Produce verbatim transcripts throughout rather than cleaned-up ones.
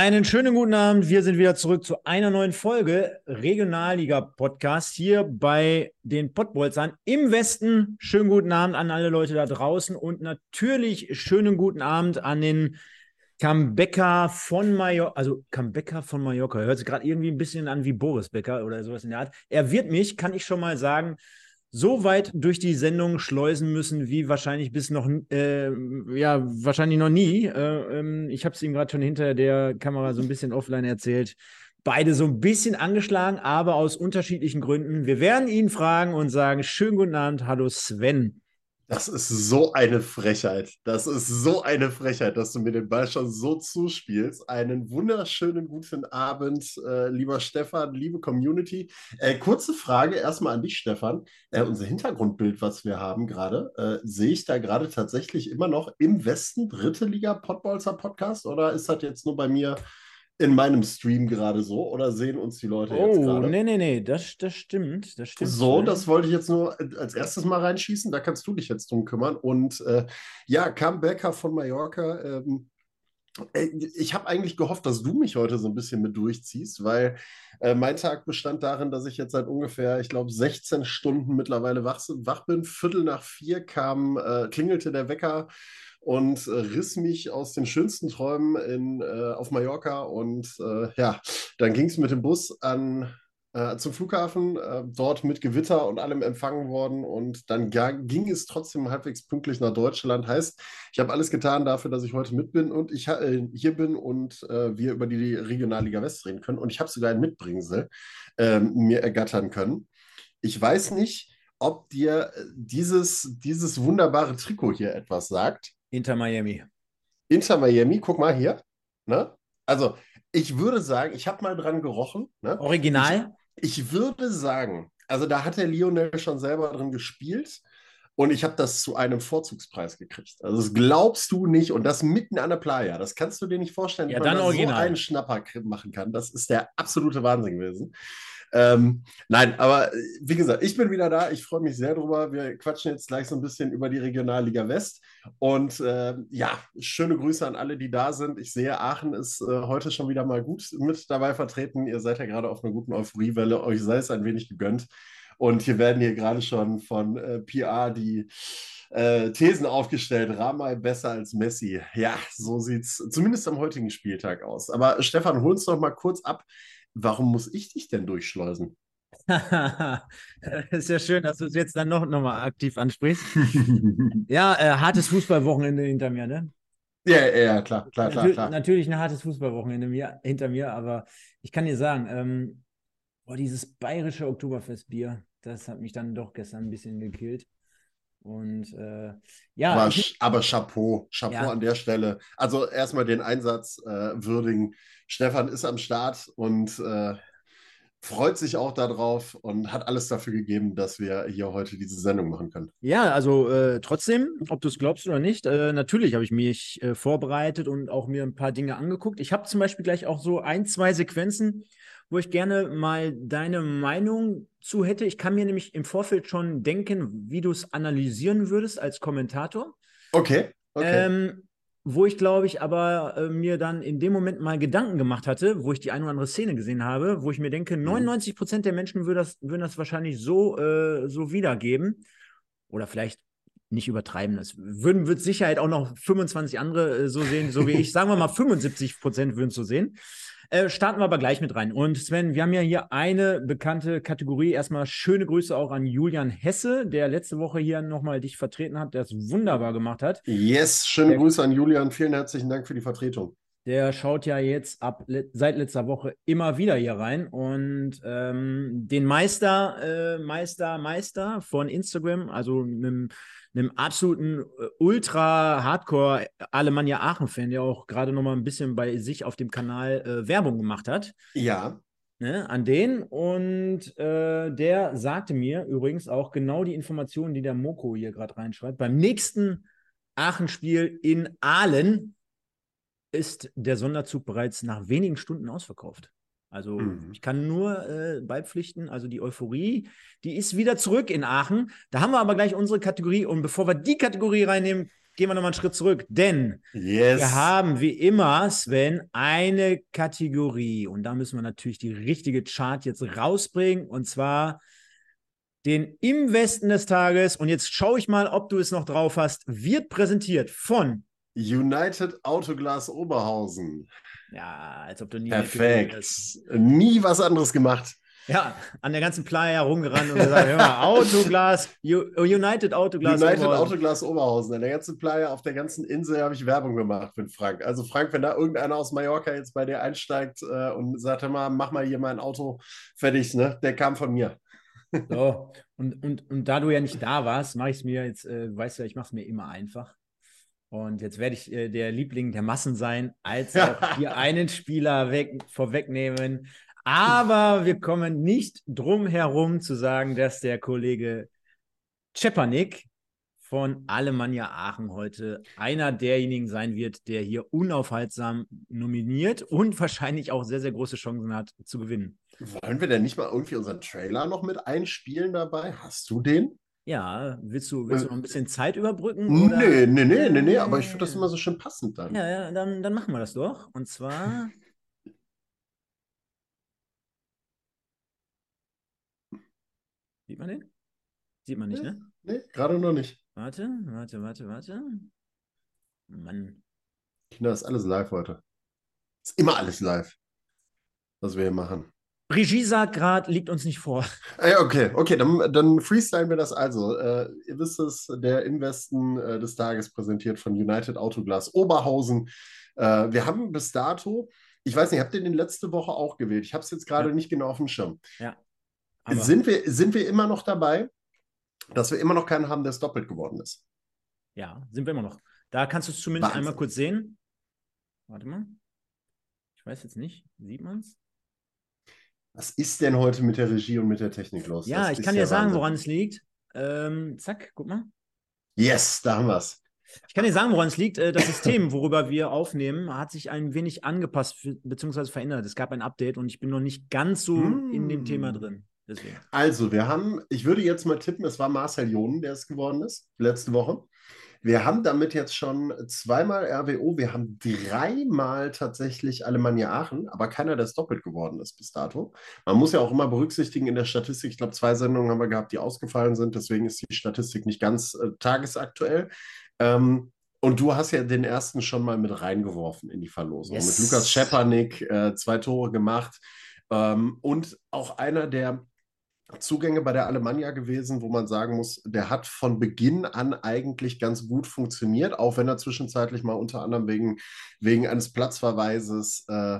Einen schönen guten Abend. Wir sind wieder zurück zu einer neuen Folge Regionalliga-Podcast hier bei den Pottbolzern im Westen. Schönen guten Abend an alle Leute da draußen und natürlich schönen guten Abend an den Comebacker von Mallorca. Also Comebacker von Mallorca. Hört sich gerade irgendwie ein bisschen an wie Boris Becker oder sowas in der Art. Er wird mich, kann ich schon mal sagen, so weit durch die Sendung schleusen müssen, wie wahrscheinlich bis noch, äh, ja, wahrscheinlich noch nie. Äh, ähm, ich habe es ihm gerade schon hinter der Kamera so ein bisschen offline erzählt. Beide so ein bisschen angeschlagen, aber aus unterschiedlichen Gründen. Wir werden ihn fragen und sagen: Schönen guten Abend, hallo Sven. Das ist so eine Frechheit. Das ist so eine Frechheit, dass du mir den Ball schon so zuspielst. Einen wunderschönen guten Abend, äh, lieber Stefan, liebe Community. Äh, kurze Frage erstmal an dich, Stefan. Äh, unser Hintergrundbild, was wir haben gerade, äh, sehe ich da gerade tatsächlich immer noch im Westen dritte Liga Pottbolzer Podcast oder ist das jetzt nur bei mir in meinem Stream gerade so oder sehen uns die Leute jetzt Oh, gerade? nee, nee, nee, das, das stimmt, das stimmt, So, das Sven. wollte ich jetzt nur als erstes mal reinschießen. Da kannst du dich jetzt drum kümmern. Und äh, ja, Comebacker von Mallorca. Ähm, äh, ich habe eigentlich gehofft, dass du mich heute so ein bisschen mit durchziehst, weil äh, mein Tag bestand darin, dass ich jetzt seit ungefähr, ich glaube, sechzehn Stunden mittlerweile wach, wach bin. Viertel nach vier kam, äh, klingelte der Wecker und äh, riss mich aus den schönsten Träumen in, äh, auf Mallorca. Und äh, ja, dann ging es mit dem Bus an äh, zum Flughafen, äh, dort mit Gewitter und allem empfangen worden. Und dann ga- ging es trotzdem halbwegs pünktlich nach Deutschland. Heißt, ich habe alles getan dafür, dass ich heute mit bin und ich äh, hier bin und äh, wir über die Regionalliga West reden können. Und ich habe sogar ein Mitbringsel äh, mir ergattern können. Ich weiß nicht, ob dir äh, dieses, dieses wunderbare Trikot hier etwas sagt. Inter Miami. Inter Miami, guck mal hier. Ne? Also, ich würde sagen, ich habe mal dran gerochen. Ne? Ich, Original? ich würde sagen, also da hat der Lionel schon selber drin gespielt und ich habe das zu einem Vorzugspreis gekriegt. Also das glaubst du nicht und das mitten an der Playa. Das kannst du dir nicht vorstellen, wie Ja, man dann da so einen Original. Schnapper machen kann. Das ist der absolute Wahnsinn gewesen. Ähm, nein, aber äh, wie gesagt, ich bin wieder da. Ich freue mich sehr drüber. Wir quatschen jetzt gleich so ein bisschen über die Regionalliga West. Und äh, ja, schöne Grüße an alle, die da sind. Ich sehe, Aachen ist äh, heute schon wieder mal gut mit dabei vertreten. Ihr seid ja gerade auf einer guten Euphoriewelle. Euch sei es ein wenig gegönnt. Und hier werden hier gerade schon von äh, P R die äh, Thesen aufgestellt. Ramay besser als Messi. Ja, so sieht es zumindest am heutigen Spieltag aus. Aber Stefan, hol uns doch mal kurz ab. Warum muss ich dich denn durchschleusen? Ist ja schön, dass du es jetzt dann noch, noch mal aktiv ansprichst. Ja, äh, hartes Fußballwochenende hinter mir, ne? Ja, ja, ja, klar, klar, klar, Natürlich, klar. natürlich ein hartes Fußballwochenende mir, hinter mir, aber ich kann dir sagen, ähm, boah, dieses bayerische Oktoberfestbier, das hat mich dann doch gestern ein bisschen gekillt. Und äh, ja, Aber, ich, sch- aber Chapeau, Chapeau ja, an der Stelle. Also erstmal den Einsatz äh, würdigen. Stefan ist am Start und äh, freut sich auch darauf und hat alles dafür gegeben, dass wir hier heute diese Sendung machen können. ja, also äh, trotzdem, ob du es glaubst oder nicht, äh, natürlich habe ich mich äh, vorbereitet und auch mir ein paar Dinge angeguckt. Ich habe zum Beispiel gleich auch so ein, zwei Sequenzen, wo ich gerne mal deine Meinung zu hätte. Ich kann mir nämlich im Vorfeld schon denken, wie du es analysieren würdest als Kommentator. Okay, okay. Ähm, Wo ich, glaube ich, aber äh, mir dann in dem Moment mal Gedanken gemacht hatte, wo ich die eine oder andere Szene gesehen habe, wo ich mir denke, Mhm. neunundneunzig Prozent der Menschen würden das, würden das wahrscheinlich so, äh, so wiedergeben. Oder vielleicht nicht übertreiben. Das würden mit Sicherheit auch noch fünfundzwanzig andere äh, so sehen, so wie ich. Sagen wir mal, fünfundsiebzig Prozent würden es so sehen. Äh, starten wir aber gleich mit rein. Und Sven, wir haben ja hier eine bekannte Kategorie. Erstmal schöne Grüße auch an Julian Hesse, der letzte Woche hier nochmal dich vertreten hat, der es wunderbar gemacht hat. Yes, schöne Der, Grüße an Julian. Vielen herzlichen Dank für die Vertretung. der schaut ja jetzt ab le seit letzter Woche immer wieder hier rein und ähm, den Meister, äh, Meister, Meister von Instagram, also einem, einem absoluten äh, Ultra-Hardcore Alemannia Aachen-Fan, der auch gerade noch mal ein bisschen bei sich auf dem Kanal äh, Werbung gemacht hat, Ja, ne, an den. Und äh, der sagte mir übrigens auch genau die Informationen, die der Moko hier gerade reinschreibt. Beim nächsten Aachen-Spiel in Aalen ist der Sonderzug bereits nach wenigen Stunden ausverkauft. Also mhm. ich kann nur äh, beipflichten, also die Euphorie, die ist wieder zurück in Aachen. Da haben wir aber gleich unsere Kategorie und bevor wir die Kategorie reinnehmen, gehen wir nochmal einen Schritt zurück, denn Yes. wir haben wie immer, Sven, eine Kategorie und da müssen wir natürlich die richtige Chart jetzt rausbringen und zwar den Im Westen des Tages und jetzt schaue ich mal, ob du es noch drauf hast, wird präsentiert von United Autoglas Oberhausen. Ja, als ob du nie Perfekt. Nie was anderes gemacht. Ja, an der ganzen Playa herumgerannt und gesagt, hör mal, Autoglas, United Autoglas United Oberhausen. Autoglas Oberhausen. An der ganzen Playa, auf der ganzen Insel habe ich Werbung gemacht mit Frank. Also Frank, wenn da irgendeiner aus Mallorca jetzt bei dir einsteigt äh, und sagt, hör mal, mach mal hier mein Auto fertig, ne? Der kam von mir. So, und, und, und da du ja nicht da warst, mache ich es mir jetzt, äh, weißt du ja, ich mache es mir immer einfach. Und jetzt werde ich äh, der Liebling der Massen sein, als auch hier einen Spieler weg, vorwegnehmen. Aber wir kommen nicht drum herum zu sagen, dass der Kollege Czepanik von Alemannia Aachen heute einer derjenigen sein wird, der hier unaufhaltsam nominiert und wahrscheinlich auch sehr, sehr große Chancen hat zu gewinnen. Wollen wir denn nicht mal irgendwie unseren Trailer noch mit einspielen dabei? Hast du den? Ja, willst du, willst du noch ein bisschen Zeit überbrücken? Oder? Nee, nee, nee, äh, nee, nee, aber ich finde das immer so schön passend dann. Ja, ja, dann, dann machen wir das doch. Und zwar. Sieht man den? Sieht man nicht, nee, ne? Nee, gerade noch nicht. Warte, warte, warte, warte. Mann. Kinder, ist alles live heute. Ist immer alles live, was wir hier machen. Regie sagt gerade, liegt uns nicht vor. Äh, okay, okay, dann, dann freestylen wir das also. Äh, ihr wisst es, der Im Westen äh, des Tages präsentiert von United Autoglas Oberhausen. Äh, wir haben bis dato, ich weiß nicht, habt ihr den letzte Woche auch gewählt? Ich habe es jetzt gerade Ja. nicht genau auf dem Schirm. Ja. Aber Sind wir, sind wir immer noch dabei, dass wir immer noch keinen haben, der es doppelt geworden ist? Ja, sind wir immer noch. Da kannst du es zumindest Wahnsinn. einmal kurz sehen. Warte mal. Ich weiß jetzt nicht. Sieht man es? Was ist denn heute mit der Regie und mit der Technik los? Ja, das ich kann dir sagen, Wahnsinn. Woran es liegt. Ähm, zack, guck mal. Yes, da haben wir es. Ich kann dir sagen, woran es liegt. Das System, worüber wir aufnehmen, hat sich ein wenig angepasst bzw. verändert. Es gab ein Update und ich bin noch nicht ganz so hm. in dem Thema drin. Deswegen. Also, wir haben, ich würde jetzt mal tippen, es war Marcel Jonen, der es geworden ist, letzte Woche. Wir haben damit jetzt schon zweimal R W O, wir haben dreimal tatsächlich Alemannia Aachen, aber keiner, der es doppelt geworden ist bis dato. Man muss ja auch immer berücksichtigen in der Statistik, ich glaube, zwei Sendungen haben wir gehabt, die ausgefallen sind, deswegen ist die Statistik nicht ganz äh, tagesaktuell. Ähm, und du hast ja den ersten schon mal mit reingeworfen in die Verlosung. Yes. Mit Lukas Czepanik äh, zwei Tore gemacht ähm, und auch einer der Zugänge bei der Alemannia gewesen, wo man sagen muss, der hat von Beginn an eigentlich ganz gut funktioniert, auch wenn er zwischenzeitlich mal unter anderem wegen, wegen eines Platzverweises, äh,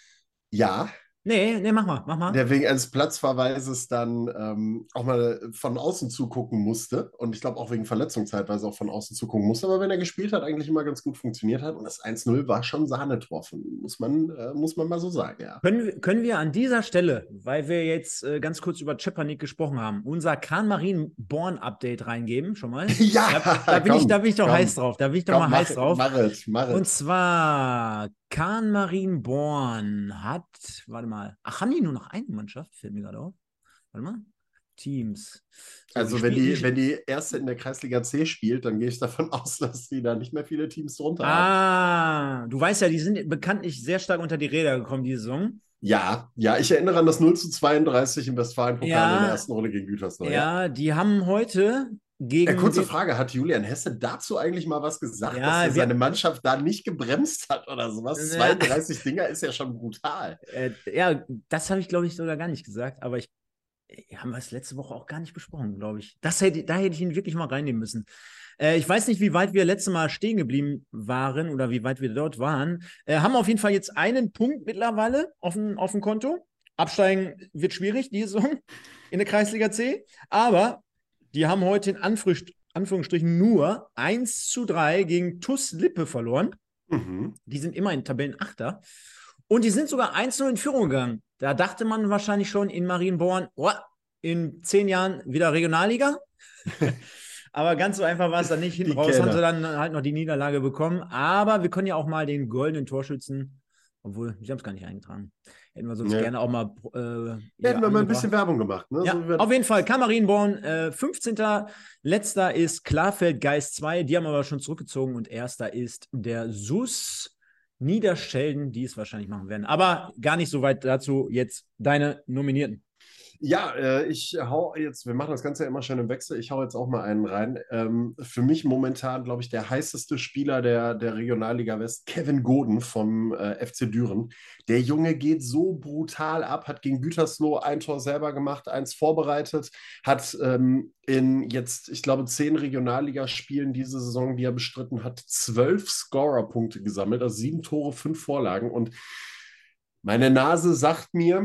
ja. Nee, nee, mach mal, mach mal. Der wegen eines Platzverweises dann ähm, auch mal von außen zugucken musste und ich glaube auch wegen Verletzung zeitweise auch von außen zugucken musste, aber wenn er gespielt hat, eigentlich immer ganz gut funktioniert hat und das eins null war schon Sahnetor, muss man, äh, muss man mal so sagen, ja. Können, können wir an dieser Stelle, weil wir jetzt äh, ganz kurz über Czepanik gesprochen haben, unser Kahn-Marien-Born-Update reingeben, schon mal? Ja, da, da, bin, komm, ich, da bin ich doch komm, heiß drauf, da bin ich doch komm, mal mach, heiß drauf. Mach es, mach es. Und zwar, Kahn-Marien-Born hat, warte mal, ach, haben die nur noch eine Mannschaft? Fällt mir gerade auf. Warte mal. Teams. So, also die wenn, die, die, wenn die erste in der Kreisliga C spielt, dann gehe ich davon aus, dass die da nicht mehr viele Teams drunter ah, haben. Ah, du weißt ja, die sind bekanntlich sehr stark unter die Räder gekommen, die Saison. Ja, ja, ich erinnere an das null zu zweiunddreißig im Westfalen-Pokal ja, in der ersten Runde gegen Gütersloh. Ja, ja, die haben heute gegen... Ja, kurze Frage, hat Julian Hesse dazu eigentlich mal was gesagt, ja, dass er wir, seine Mannschaft da nicht gebremst hat oder sowas? Ja. zweiunddreißig Dinger ist ja schon brutal. Äh, ja, das habe ich, glaube ich, sogar gar nicht gesagt, aber ich haben wir es letzte Woche auch gar nicht besprochen, glaube ich. Das hätte, da hätte ich ihn wirklich mal reinnehmen müssen. Äh, ich weiß nicht, wie weit wir letztes Mal stehen geblieben waren oder wie weit wir dort waren. Äh, haben auf jeden Fall jetzt einen Punkt mittlerweile auf dem, auf dem Konto. Absteigen wird schwierig, diese Saison in der Kreisliga C. Aber die haben heute in Anführungsstrichen, Anführungsstrichen nur eins zu drei gegen T U S Lippe verloren. Mhm. Die sind immerhin Tabellenachter. Und die sind sogar eins zu null in Führung gegangen. Da dachte man wahrscheinlich schon in Marienborn, oh, in zehn Jahren wieder Regionalliga. Aber ganz so einfach war es dann nicht. Hinten raus haben sie dann halt noch die Niederlage bekommen. Aber wir können ja auch mal den goldenen Torschützen, obwohl, sie haben es gar nicht eingetragen. Hätten wir sonst Ja. gerne auch mal äh, Hätten wir mal ein bisschen Werbung gemacht. Ne? Ja, So, wir auf jeden Fall, Kamarienborn, äh, fünfzehnter Letzter ist Klarfeld Geist zwei, die haben aber schon zurückgezogen und erster ist der S U S Niederschelden, die es wahrscheinlich machen werden. Aber gar nicht so weit dazu, jetzt deine Nominierten. Ja, äh, ich hau jetzt, wir machen das Ganze ja immer schön im Wechsel. Ich hau jetzt auch mal einen rein. Ähm, für mich momentan, glaube ich, der heißeste Spieler der, der Regionalliga West, Kevin Goden vom äh, F C Düren. Der Junge geht so brutal ab, hat gegen Gütersloh ein Tor selber gemacht, eins vorbereitet, hat ähm, in jetzt, ich glaube, zehn Regionalligaspielen diese Saison, die er bestritten hat, zwölf Scorerpunkte gesammelt, also sieben Tore, fünf Vorlagen. Und meine Nase sagt mir,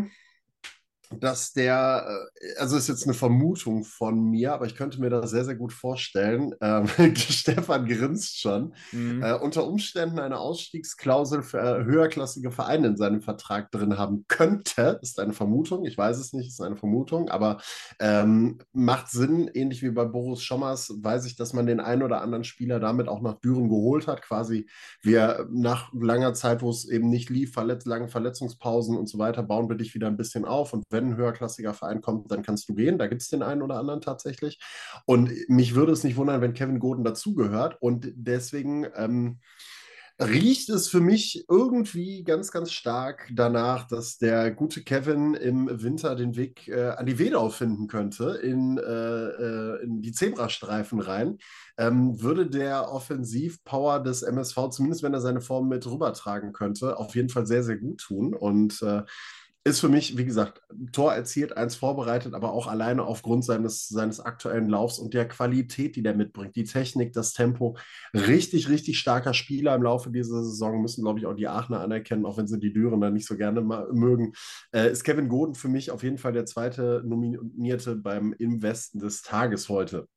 dass der, äh, also ist jetzt eine Vermutung von mir, aber ich könnte mir das sehr, sehr gut vorstellen. Ähm, Stefan grinst schon. Mhm. Äh, unter Umständen eine Ausstiegsklausel für äh, höherklassige Vereine in seinem Vertrag drin haben könnte, ist eine Vermutung. Ich weiß es nicht, ist eine Vermutung, aber ähm, macht Sinn. Ähnlich wie bei Boris Schommers weiß ich, dass man den einen oder anderen Spieler damit auch nach Düren geholt hat. Quasi wir nach langer Zeit, wo es eben nicht lief, verletz lange Verletzungspausen und so weiter, bauen wir dich wieder ein bisschen auf. Und wenn ein höherklassiger Verein kommt, dann kannst du gehen. Da gibt es den einen oder anderen tatsächlich. Und mich würde es nicht wundern, wenn Kevin Goden dazugehört. Und deswegen ähm, riecht es für mich irgendwie ganz, ganz stark danach, dass der gute Kevin im Winter den Weg äh, an die Wedau finden könnte, in, äh, äh, in die Zebrastreifen rein. Ähm, würde der Offensivpower des M S V, zumindest wenn er seine Form mit rübertragen könnte, auf jeden Fall sehr, sehr gut tun. Und äh, ist für mich, wie gesagt, ein Tor erzielt, eins vorbereitet, aber auch alleine aufgrund seines, seines aktuellen Laufs und der Qualität, die der mitbringt, die Technik, das Tempo. Richtig, richtig starker Spieler im Laufe dieser Saison, müssen, glaube ich, auch die Aachener anerkennen, auch wenn sie die Düren dann nicht so gerne mögen. Äh, ist Kevin Goden für mich auf jeden Fall der zweite Nominierte beim Im Westen des Tages heute.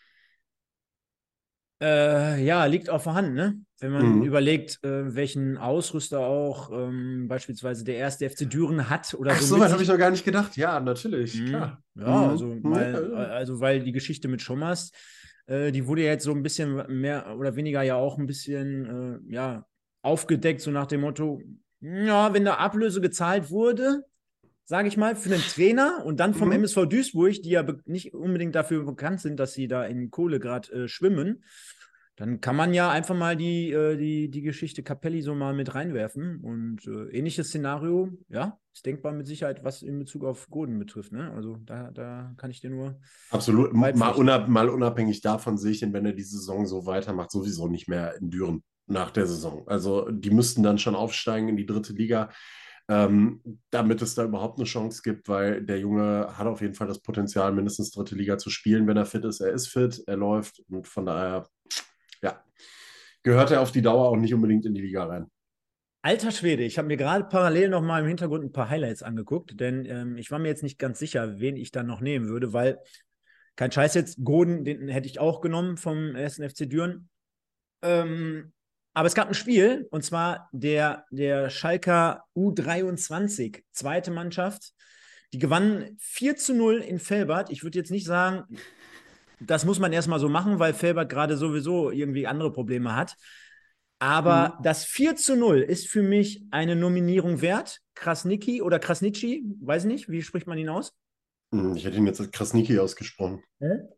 Äh, ja, liegt auch vorhanden, ne? Wenn man Mhm. überlegt, äh, welchen Ausrüster auch ähm, beispielsweise der erste F C Düren hat oder Ach, so so mit weit habe ich sich. noch gar nicht gedacht. Ja, natürlich, Mhm. klar. Ja, Mhm. also Ja, mal, ja. also weil die Geschichte mit Schommers, äh, die wurde ja jetzt so ein bisschen mehr oder weniger ja auch ein bisschen äh, ja, aufgedeckt, so nach dem Motto, ja, wenn da Ablöse gezahlt wurde, sage ich mal, für einen Trainer und dann vom Mhm. M S V Duisburg, die ja nicht unbedingt dafür bekannt sind, dass sie da in Kohle gerade äh, schwimmen, dann kann man ja einfach mal die, äh, die, die Geschichte Capelli so mal mit reinwerfen. Und äh, ähnliches Szenario, ja, ist denkbar mit Sicherheit, was in Bezug auf Gordon betrifft. Ne? Also da, da kann ich dir nur Absolut. Mal, beipflichten. unab mal unabhängig davon sehe ich ihn, wenn er die Saison so weitermacht, sowieso nicht mehr in Düren nach der Saison. Also die müssten dann schon aufsteigen in die dritte Liga, ähm, damit es da überhaupt eine Chance gibt, weil der Junge hat auf jeden Fall das Potenzial, mindestens dritte Liga zu spielen, wenn er fit ist. Er ist fit, er läuft und von daher, ja, gehört er auf die Dauer auch nicht unbedingt in die Liga rein. Alter Schwede, ich habe mir gerade parallel noch mal im Hintergrund ein paar Highlights angeguckt, denn ähm, ich war mir jetzt nicht ganz sicher, wen ich dann noch nehmen würde, weil kein Scheiß jetzt, Gordon, den hätte ich auch genommen vom ersten F C Düren. Ähm, aber es gab ein Spiel, und zwar der, der Schalker U dreiundzwanzig, zweite Mannschaft. Die gewannen vier zu null in Velbert. Ich würde jetzt nicht sagen, das muss man erstmal so machen, weil Velbert gerade sowieso irgendwie andere Probleme hat. Aber Mhm. das vier zu null ist für mich eine Nominierung wert. Krasnicki oder Krasnitschi, weiß nicht, wie spricht man ihn aus? Hm, ich hätte ihn jetzt als Krasniki ausgesprochen. Hä?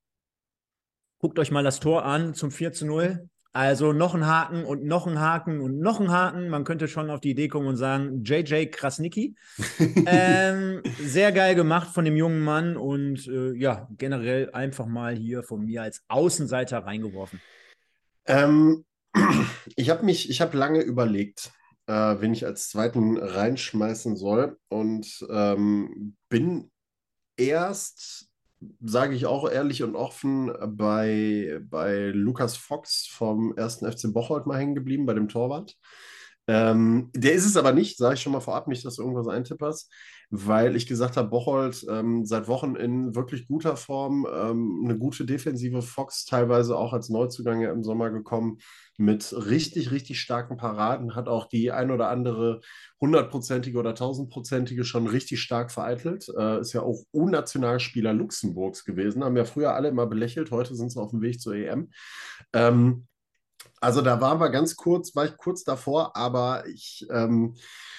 Guckt euch mal das Tor an zum vier zu null. Also noch ein Haken und noch ein Haken und noch ein Haken. Man könnte schon auf die Idee kommen und sagen, J J Krasnicki. Ähm, sehr geil gemacht von dem jungen Mann und äh, ja, generell einfach mal hier von mir als Außenseiter reingeworfen. Ähm, ich habe mich, ich habe lange überlegt, äh, wen ich als zweiten reinschmeißen soll und ähm, bin erst, sage ich auch ehrlich und offen, bei, bei Lukas Fox vom ersten F C Bocholt mal hängen geblieben, bei dem Torwart. Ähm, der ist es aber nicht, sage ich schon mal vorab, nicht, dass du irgendwas eintipperst, weil ich gesagt habe, Bocholt ähm, seit Wochen in wirklich guter Form, ähm, eine gute Defensive, Fox teilweise auch als Neuzugang ja im Sommer gekommen, mit richtig, richtig starken Paraden, hat auch die ein oder andere hundertprozentige oder tausendprozentige schon richtig stark vereitelt. Äh, ist ja auch U-Nationalspieler Luxemburgs gewesen, haben ja früher alle immer belächelt, heute sind sie auf dem Weg zur E M. Ähm, also da waren wir ganz kurz, war ich kurz davor, aber ich ähm,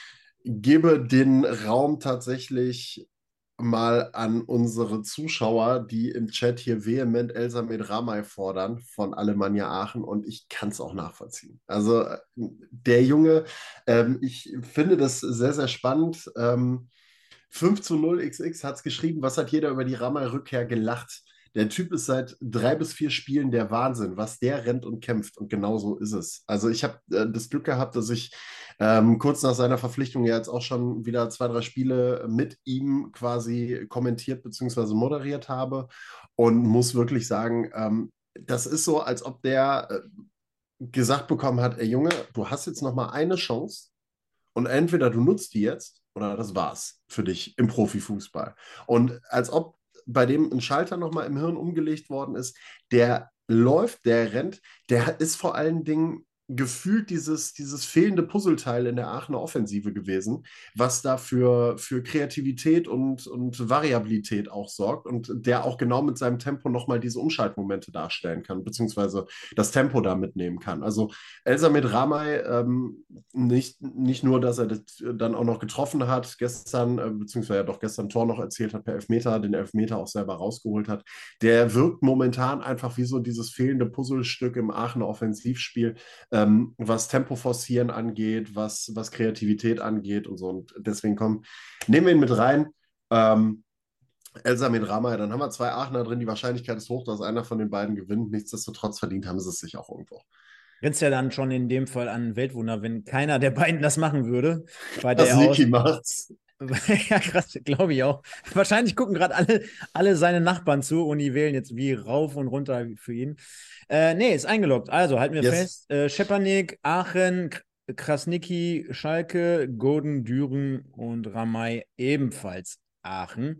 gebe den Raum tatsächlich mal an unsere Zuschauer, die im Chat hier vehement Elsa mit Ramay fordern von Alemannia Aachen, und ich kann es auch nachvollziehen. Also äh, der Junge, ähm, ich finde das sehr, sehr spannend. Ähm, fünf zu null X X hat es geschrieben, was hat jeder über die Ramay-Rückkehr gelacht? Der Typ ist seit drei bis vier Spielen der Wahnsinn, was der rennt und kämpft. Und genau so ist es. Also ich habe äh, das Glück gehabt, dass ich ähm, kurz nach seiner Verpflichtung ja jetzt auch schon wieder zwei, drei Spiele mit ihm quasi kommentiert bzw. moderiert habe und muss wirklich sagen, ähm, das ist so, als ob der äh, gesagt bekommen hat, ey Junge, du hast jetzt noch mal eine Chance und entweder du nutzt die jetzt oder das war's für dich im Profifußball. Und als ob bei dem ein Schalter nochmal im Hirn umgelegt worden ist, der läuft, der rennt, der ist vor allen Dingen gefühlt dieses, dieses fehlende Puzzleteil in der Aachener Offensive gewesen, was da für, für Kreativität und, und Variabilität auch sorgt und der auch genau mit seinem Tempo nochmal diese Umschaltmomente darstellen kann, beziehungsweise das Tempo da mitnehmen kann. Also Elsa mit Ramay, ähm, nicht, nicht nur, dass er das dann auch noch getroffen hat gestern, äh, beziehungsweise ja doch gestern Tor noch erzielt hat per Elfmeter, den Elfmeter auch selber rausgeholt hat. Der wirkt momentan einfach wie so dieses fehlende Puzzlestück im Aachener Offensivspiel, ähm, was Tempo forcieren angeht, was, was Kreativität angeht und so. Und deswegen kommen, nehmen wir ihn mit rein. Ähm, Elsa mit Ramay, dann haben wir zwei Aachener drin. Die Wahrscheinlichkeit ist hoch, dass einer von den beiden gewinnt. Nichtsdestotrotz verdient haben sie es sich auch irgendwo. Grenzt ja dann schon in dem Fall an Weltwunder, wenn keiner der beiden das machen würde. Bei Was der Niki Aus. macht's. Ja, krass, glaube ich auch. Wahrscheinlich gucken gerade alle, alle seine Nachbarn zu und die wählen jetzt wie rauf und runter für ihn. Äh, nee, ist eingeloggt. Also halten wir Yes. fest: äh, Schepanik, Aachen, K- Krasniki, Schalke, Gordon, Düren und Ramay ebenfalls Aachen.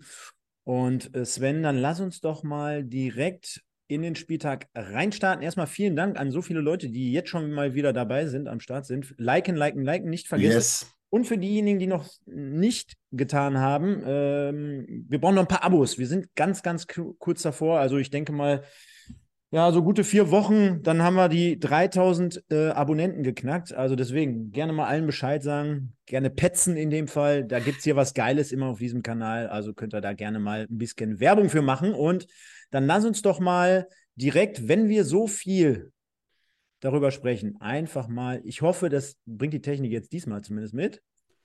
Und äh, Sven, dann lass uns doch mal direkt in den Spieltag reinstarten. Erstmal vielen Dank an so viele Leute, die jetzt schon mal wieder dabei sind, am Start sind. Liken, liken, liken, nicht vergessen. Yes. Und für diejenigen, die noch nicht getan haben, ähm, wir brauchen noch ein paar Abos. Wir sind ganz, ganz kurz davor. Also ich denke mal, ja, so gute vier Wochen, dann haben wir die dreitausend äh, Abonnenten geknackt. Also deswegen gerne mal allen Bescheid sagen, gerne petzen in dem Fall. Da gibt es hier was Geiles immer auf diesem Kanal. Also könnt ihr da gerne mal ein bisschen Werbung für machen. Und dann lass uns doch mal direkt, wenn wir so viel darüber sprechen, einfach mal, ich hoffe, das bringt die Technik jetzt diesmal zumindest mit.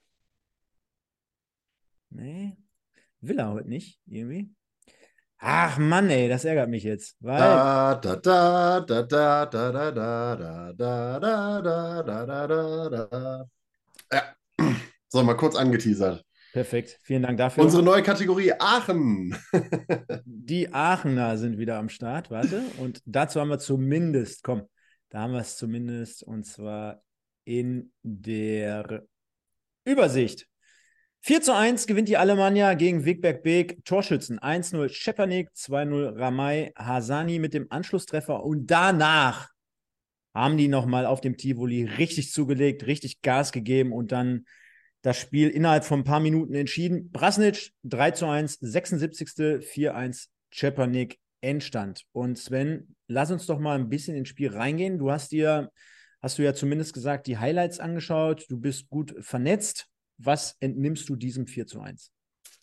Nee, will er heute nicht, irgendwie. Ach Mann, ey, das ärgert mich jetzt, weil, Da, da, da, da, da, da, da, da, da, da, da, da, da, da, da, da. Ja, so, mal kurz angeteasert. perfekt, vielen Dank dafür. Unsere neue Kategorie Aachen. Die Aachener sind wieder am Start, warte, und dazu haben wir zumindest, komm, da haben wir es zumindest, und zwar in der Übersicht. vier zu eins gewinnt die Alemannia gegen Wigberg Beek. Torschützen eins null Schepanik, zwei null Ramay, Hasani mit dem Anschlusstreffer und danach haben die nochmal auf dem Tivoli richtig zugelegt, richtig Gas gegeben und dann das Spiel innerhalb von ein paar Minuten entschieden. Brasnic drei zu eins, sechsundsiebzigste vier eins Schepanik Endstand. Und Sven, lass uns doch mal ein bisschen ins Spiel reingehen. Du hast dir, hast du ja zumindest gesagt, die Highlights angeschaut. Du bist gut vernetzt. Was entnimmst du diesem vier zu eins?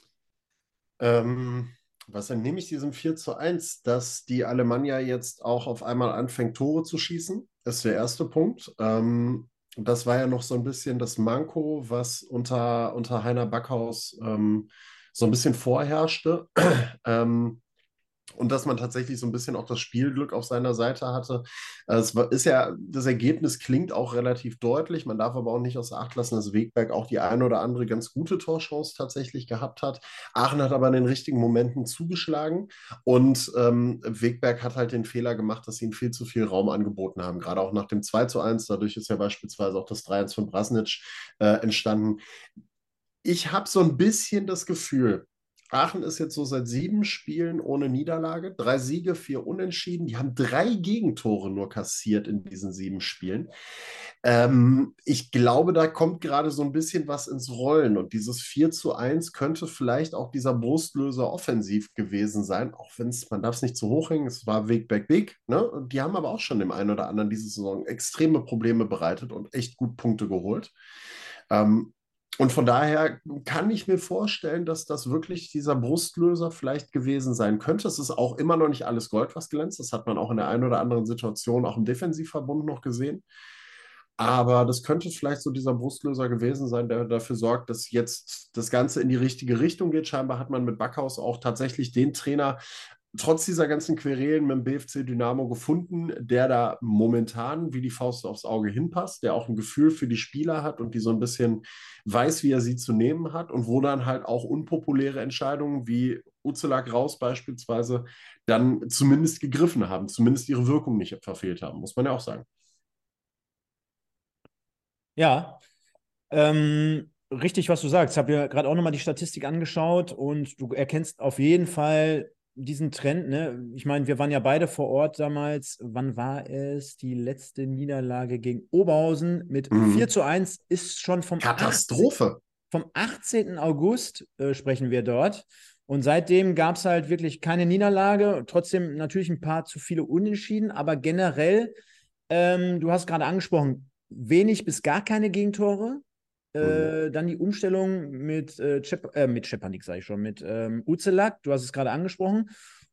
Ähm, was entnehme ich diesem vier zu eins? Dass die Alemannia jetzt auch auf einmal anfängt, Tore zu schießen, ist der erste Punkt. Ähm, das war ja noch so ein bisschen das Manko, was unter, unter Heiner Backhaus ähm, so ein bisschen vorherrschte. ähm, und dass man tatsächlich so ein bisschen auch das Spielglück auf seiner Seite hatte. Äh, Es war, ist ja, das Ergebnis klingt auch relativ deutlich. Man darf aber auch nicht außer Acht lassen, dass Wegberg auch die eine oder andere ganz gute Torchance tatsächlich gehabt hat. Aachen hat aber in den richtigen Momenten zugeschlagen und ähm, Wegberg hat halt den Fehler gemacht, dass sie ihm viel zu viel Raum angeboten haben. Gerade auch nach dem zwei zu eins. Dadurch ist ja beispielsweise auch das drei eins von Brasnic äh, entstanden. Ich habe so ein bisschen das Gefühl, Aachen ist jetzt so seit sieben Spielen ohne Niederlage, drei Siege, vier Unentschieden. Die haben drei Gegentore nur kassiert in diesen sieben Spielen. Ähm, ich glaube, da kommt gerade so ein bisschen was ins Rollen und dieses vier zu eins könnte vielleicht auch dieser Brustlöser offensiv gewesen sein, auch wenn es, man darf es nicht zu hoch hängen, es war Weg, Back, Weg. Ne? Und die haben aber auch schon dem einen oder anderen diese Saison extreme Probleme bereitet und echt gut Punkte geholt. Ähm, Und von daher kann ich mir vorstellen, dass das wirklich dieser Brustlöser vielleicht gewesen sein könnte. Es ist auch immer noch nicht alles Gold, was glänzt. Das hat man auch in der einen oder anderen Situation auch im Defensivverbund noch gesehen. Aber das könnte vielleicht so dieser Brustlöser gewesen sein, der dafür sorgt, dass jetzt das Ganze in die richtige Richtung geht. Scheinbar hat man mit Backhaus auch tatsächlich den Trainer trotz dieser ganzen Querelen mit dem B F C Dynamo gefunden, der da momentan wie die Faust aufs Auge hinpasst, der auch ein Gefühl für die Spieler hat und die so ein bisschen weiß, wie er sie zu nehmen hat und wo dann halt auch unpopuläre Entscheidungen wie Uzelak raus beispielsweise dann zumindest gegriffen haben, zumindest ihre Wirkung nicht verfehlt haben, muss man ja auch sagen. Ja, ähm, richtig, was du sagst. Ich habe ja gerade auch nochmal die Statistik angeschaut und du erkennst auf jeden Fall diesen Trend. Ne? Ich meine, wir waren ja beide vor Ort damals. Wann war es? Die letzte Niederlage gegen Oberhausen mit vier Mhm. zu eins ist schon vom achtzehnten Katastrophe. vom achtzehnten August äh, sprechen wir dort. Und seitdem gab es halt wirklich keine Niederlage. Trotzdem natürlich ein paar zu viele Unentschieden, aber generell, ähm, du hast gerade angesprochen, wenig bis gar keine Gegentore. Mhm. Äh, dann die Umstellung mit, äh, Cep äh, mit Schepanik, sage ich schon, mit ähm, Uzelak, du hast es gerade angesprochen.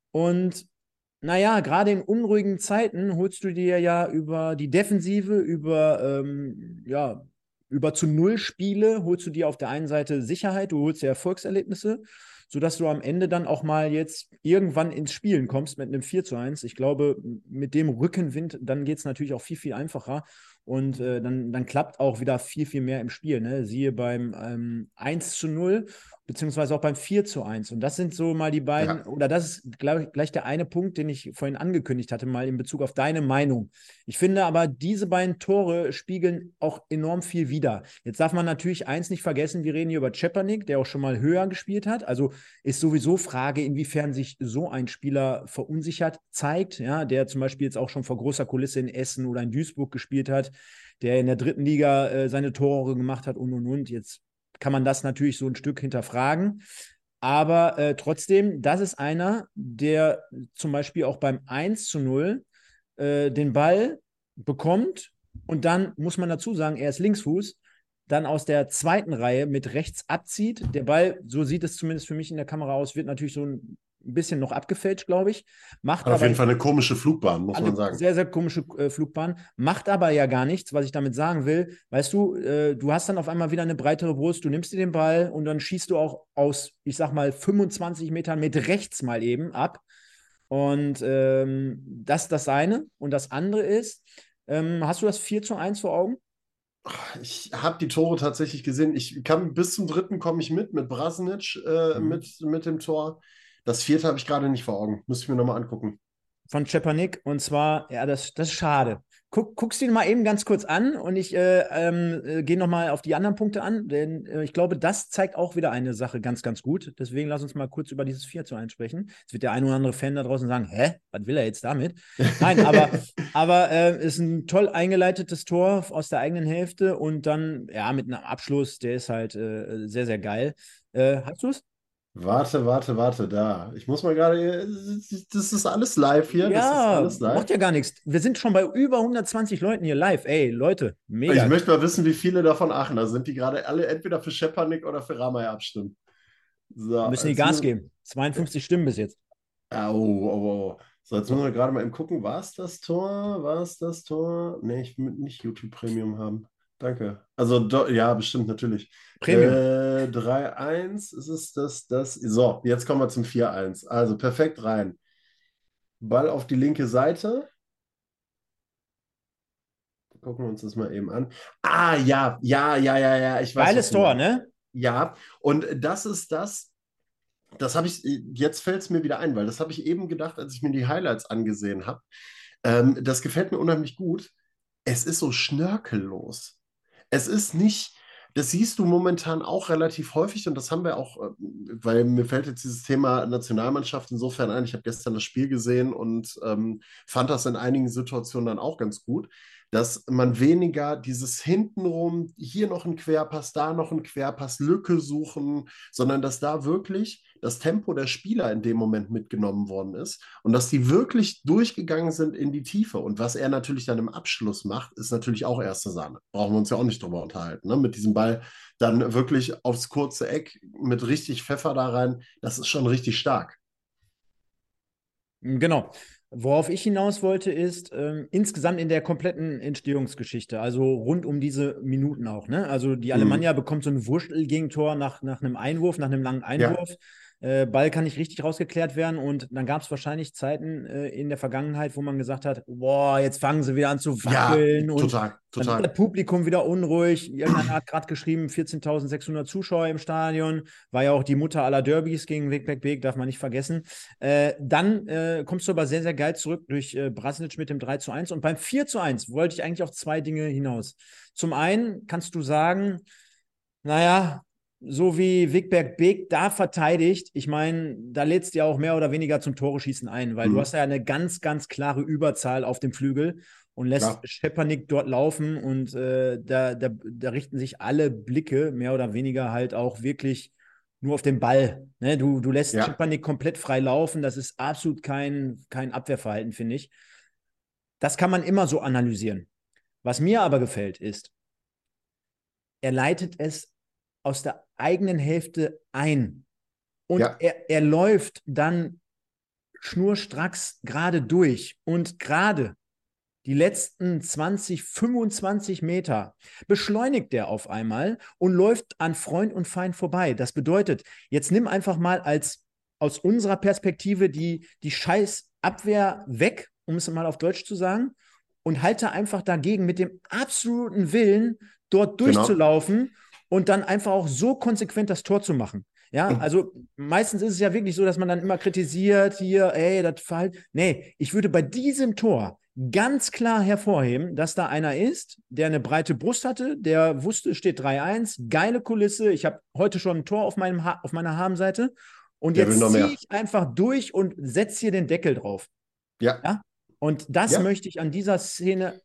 Und naja, gerade in unruhigen Zeiten holst du dir ja über die Defensive, über, ähm, ja, über zu Null Spiele, holst du dir auf der einen Seite Sicherheit, du holst dir Erfolgserlebnisse, sodass du am Ende dann auch mal jetzt irgendwann ins Spielen kommst mit einem vier zu eins. Ich glaube, mit dem Rückenwind, dann geht es natürlich auch viel, viel einfacher. Und äh, dann, dann klappt auch wieder viel, viel mehr im Spiel. Ne? Siehe beim ähm, eins zu null, beziehungsweise auch beim vier zu eins. Und das sind so mal die beiden, Ja. oder das ist gleich, gleich der eine Punkt, den ich vorhin angekündigt hatte, mal in Bezug auf deine Meinung. Ich finde aber, diese beiden Tore spiegeln auch enorm viel wider. Jetzt darf man natürlich eins nicht vergessen, wir reden hier über Schepanik, der auch schon mal höher gespielt hat. Also ist sowieso Frage, inwiefern sich so ein Spieler verunsichert zeigt, ja, der zum Beispiel jetzt auch schon vor großer Kulisse in Essen oder in Duisburg gespielt hat, der in der dritten Liga äh, seine Tore gemacht hat und und und. Jetzt kann man das natürlich so ein Stück hinterfragen. Aber äh, trotzdem, das ist einer, der zum Beispiel auch beim eins zu null äh, den Ball bekommt und dann muss man dazu sagen, er ist Linksfuß, dann aus der zweiten Reihe mit rechts abzieht. Der Ball, so sieht es zumindest für mich in der Kamera aus, wird natürlich so ein bisschen noch abgefälscht, glaube ich. Macht Hat auf aber jeden Fall eine komische Flugbahn, muss man eine sagen. sehr, sehr komische äh, Flugbahn, macht aber ja gar nichts, was ich damit sagen will. Weißt du, äh, du hast dann auf einmal wieder eine breitere Brust, du nimmst dir den Ball und dann schießt du auch aus, ich sag mal, fünfundzwanzig Metern mit rechts mal eben ab. Und ähm, das ist das eine. Und das andere ist, ähm, hast du das vier zu eins vor Augen? Ich habe die Tore tatsächlich gesehen. Ich kann bis zum dritten komme ich mit, mit Brasnic, äh, Mhm. mit, mit dem Tor. Das vierte habe ich gerade nicht vor Augen. Müsste ich mir nochmal angucken. Von Schepanik. Und zwar, ja, das, das ist schade. Guck, guckst ihn mal eben ganz kurz an und ich äh, ähm, äh, gehe nochmal auf die anderen Punkte an, denn äh, ich glaube, das zeigt auch wieder eine Sache ganz, ganz gut. Deswegen lass uns mal kurz über dieses vier zu eins sprechen. Jetzt wird der ein oder andere Fan da draußen sagen, hä, was will er jetzt damit? Nein, aber, aber äh, ist ein toll eingeleitetes Tor aus der eigenen Hälfte und dann, ja, mit einem Abschluss, der ist halt äh, sehr, sehr geil. Äh, hast du es? Warte, warte, warte, da. Ich muss mal gerade. Das ist alles live hier. Das ist Ja, alles macht live. ja gar nichts. Wir sind schon bei über hundertzwanzig Leuten hier live. Ey, Leute, Ich mega. möchte mal wissen, wie viele davon Aachener sind, die gerade alle entweder für Schepanik oder für Ramay abstimmen. So, Müssen die jetzt Gas müssen. geben. zweiundfünfzig Stimmen bis jetzt. Au, au, au. So, jetzt müssen wir gerade mal eben gucken. War es das Tor? War es das Tor? Nee, ich will nicht YouTube Premium haben. Danke. Also, do, ja, bestimmt, natürlich. Premium. Äh, drei eins ist es das, das. So, jetzt kommen wir zum vier eins. Also, perfekt rein. Ball auf die linke Seite. Gucken wir uns das mal eben an. Ah, ja, ja, ja, ja, ja. Ich weiß, was Geiles du Tor, meinst. ne? Ja, und das ist das. Das habe ich, jetzt fällt es mir wieder ein, weil das habe ich eben gedacht, als ich mir die Highlights angesehen habe. Ähm, das gefällt mir unheimlich gut. Es ist so schnörkellos. Es ist nicht, das siehst du momentan auch relativ häufig und das haben wir auch, äh, weil mir fällt jetzt dieses Thema Nationalmannschaft insofern ein. Ich habe gestern das Spiel gesehen und ähm, fand das in einigen Situationen dann auch ganz gut. dass man weniger dieses hintenrum, hier noch ein Querpass, da noch ein Querpass, Lücke suchen, sondern dass da wirklich das Tempo der Spieler in dem Moment mitgenommen worden ist und dass die wirklich durchgegangen sind in die Tiefe. Und was er natürlich dann im Abschluss macht, ist natürlich auch erste Sahne. Brauchen wir uns ja auch nicht drüber unterhalten. Ne? Mit diesem Ball dann wirklich aufs kurze Eck mit richtig Pfeffer da rein, das ist schon richtig stark. Genau. Worauf ich hinaus wollte, ist ähm, insgesamt in der kompletten Entstehungsgeschichte, also rund um diese Minuten auch. Ne? Also die Alemannia Mhm. bekommt so ein Wurstel-Gegentor nach, nach einem Einwurf, nach einem langen Ja, Einwurf. Äh, Ball kann nicht richtig rausgeklärt werden und dann gab es wahrscheinlich Zeiten äh, in der Vergangenheit, wo man gesagt hat, boah, jetzt fangen sie wieder an zu ja, wackeln und total, dann wird das total. Publikum wieder unruhig. Irgendeiner hat gerade geschrieben, vierzehntausendsechshundert Zuschauer im Stadion, war ja auch die Mutter aller Derbys gegen Wegberg Beek, darf man nicht vergessen. Äh, dann äh, kommst du aber sehr, sehr geil zurück durch äh, Brasilic mit dem drei zu eins. Und beim vier zu eins wollte ich eigentlich auf zwei Dinge hinaus. Zum einen kannst du sagen, naja, so wie Wigberg Beek da verteidigt, ich meine, da lädst du ja auch mehr oder weniger zum Tore schießen ein, weil du hast Mhm. ja eine ganz, ganz klare Überzahl auf dem Flügel und lässt Klar. Schepanik dort laufen und äh, da, da, da richten sich alle Blicke mehr oder weniger halt auch wirklich nur auf den Ball. Ne? Du, du lässt Ja, Schepanik komplett frei laufen, das ist absolut kein, kein Abwehrverhalten, finde ich. Das kann man immer so analysieren. Was mir aber gefällt, ist, er leitet es aus der eigenen Hälfte ein. Und ja, er, er läuft dann schnurstracks gerade durch. Und gerade die letzten zwanzig, fünfundzwanzig Meter beschleunigt er auf einmal und läuft an Freund und Feind vorbei. Das bedeutet, jetzt nimm einfach mal als aus unserer Perspektive die, die scheiß Abwehr weg, um es mal auf Deutsch zu sagen, und halte einfach dagegen mit dem absoluten Willen, dort genau. durchzulaufen und dann einfach auch so konsequent das Tor zu machen. Ja, Und also meistens ist es ja wirklich so, dass man dann immer kritisiert, hier, ey, das Verhalten. Nee, ich würde bei diesem Tor ganz klar hervorheben, dass da einer ist, der eine breite Brust hatte, der wusste, es steht drei eins, geile Kulisse. Ich habe heute schon ein Tor auf, meinem ha auf meiner Habenseite und der will noch jetzt ziehe mehr. ich einfach durch und setze hier den Deckel drauf. Ja, Ja? Und das ja. möchte ich an dieser Szene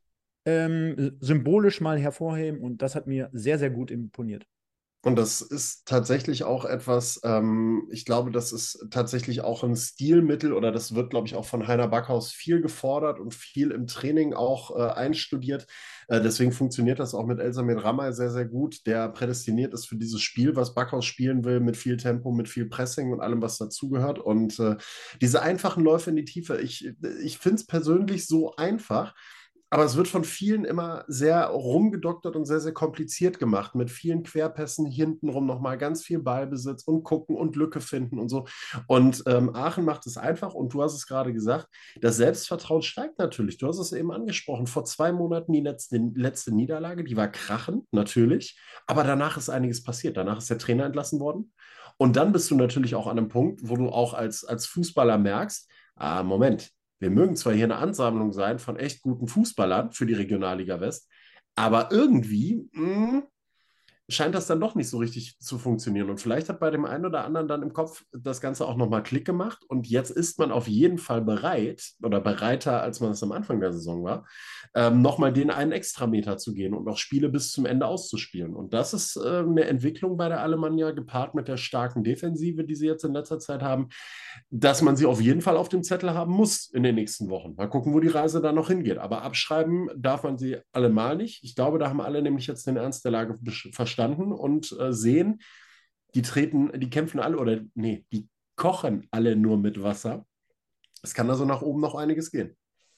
ähm, symbolisch mal hervorheben und das hat mir sehr, sehr gut imponiert. Und das ist tatsächlich auch etwas, ähm, ich glaube, das ist tatsächlich auch ein Stilmittel oder das wird, glaube ich, auch von Heiner Backhaus viel gefordert und viel im Training auch äh, einstudiert. Äh, deswegen funktioniert das auch mit Elsamir Ramay sehr, sehr gut, der prädestiniert ist für dieses Spiel, was Backhaus spielen will, mit viel Tempo, mit viel Pressing und allem, was dazugehört. Und äh, diese einfachen Läufe in die Tiefe, ich, ich finde es persönlich so einfach. Aber es wird von vielen immer sehr rumgedoktert und sehr, sehr kompliziert gemacht, mit vielen Querpässen hintenrum nochmal ganz viel Ballbesitz und gucken und Lücke finden und so. Und ähm, Aachen macht es einfach und du hast es gerade gesagt, das Selbstvertrauen steigt natürlich. Du hast es eben angesprochen, vor zwei Monaten die letzte, letzte Niederlage, die war krachend, natürlich, aber danach ist einiges passiert. Danach ist der Trainer entlassen worden. Und dann bist du natürlich auch an einem Punkt, wo du auch als, als Fußballer merkst, ah, Moment, wir mögen zwar hier eine Ansammlung sein von echt guten Fußballern für die Regionalliga West, aber irgendwie mh, scheint das dann doch nicht so richtig zu funktionieren. Und vielleicht hat bei dem einen oder anderen dann im Kopf das Ganze auch nochmal Klick gemacht. Und jetzt ist man auf jeden Fall bereit oder bereiter, als man es am Anfang der Saison war, ähm, nochmal den einen Extrameter zu gehen und auch Spiele bis zum Ende auszuspielen. Und das ist äh, eine Entwicklung bei der Alemannia, gepaart mit der starken Defensive, die sie jetzt in letzter Zeit haben, dass man sie auf jeden Fall auf dem Zettel haben muss in den nächsten Wochen. Mal gucken, wo die Reise dann noch hingeht. Aber abschreiben darf man sie allemal nicht. Ich glaube, da haben alle nämlich jetzt den Ernst der Lage verstanden und äh, sehen, die treten, die kämpfen alle oder nee, die kochen alle nur mit Wasser. Es kann also nach oben noch einiges gehen.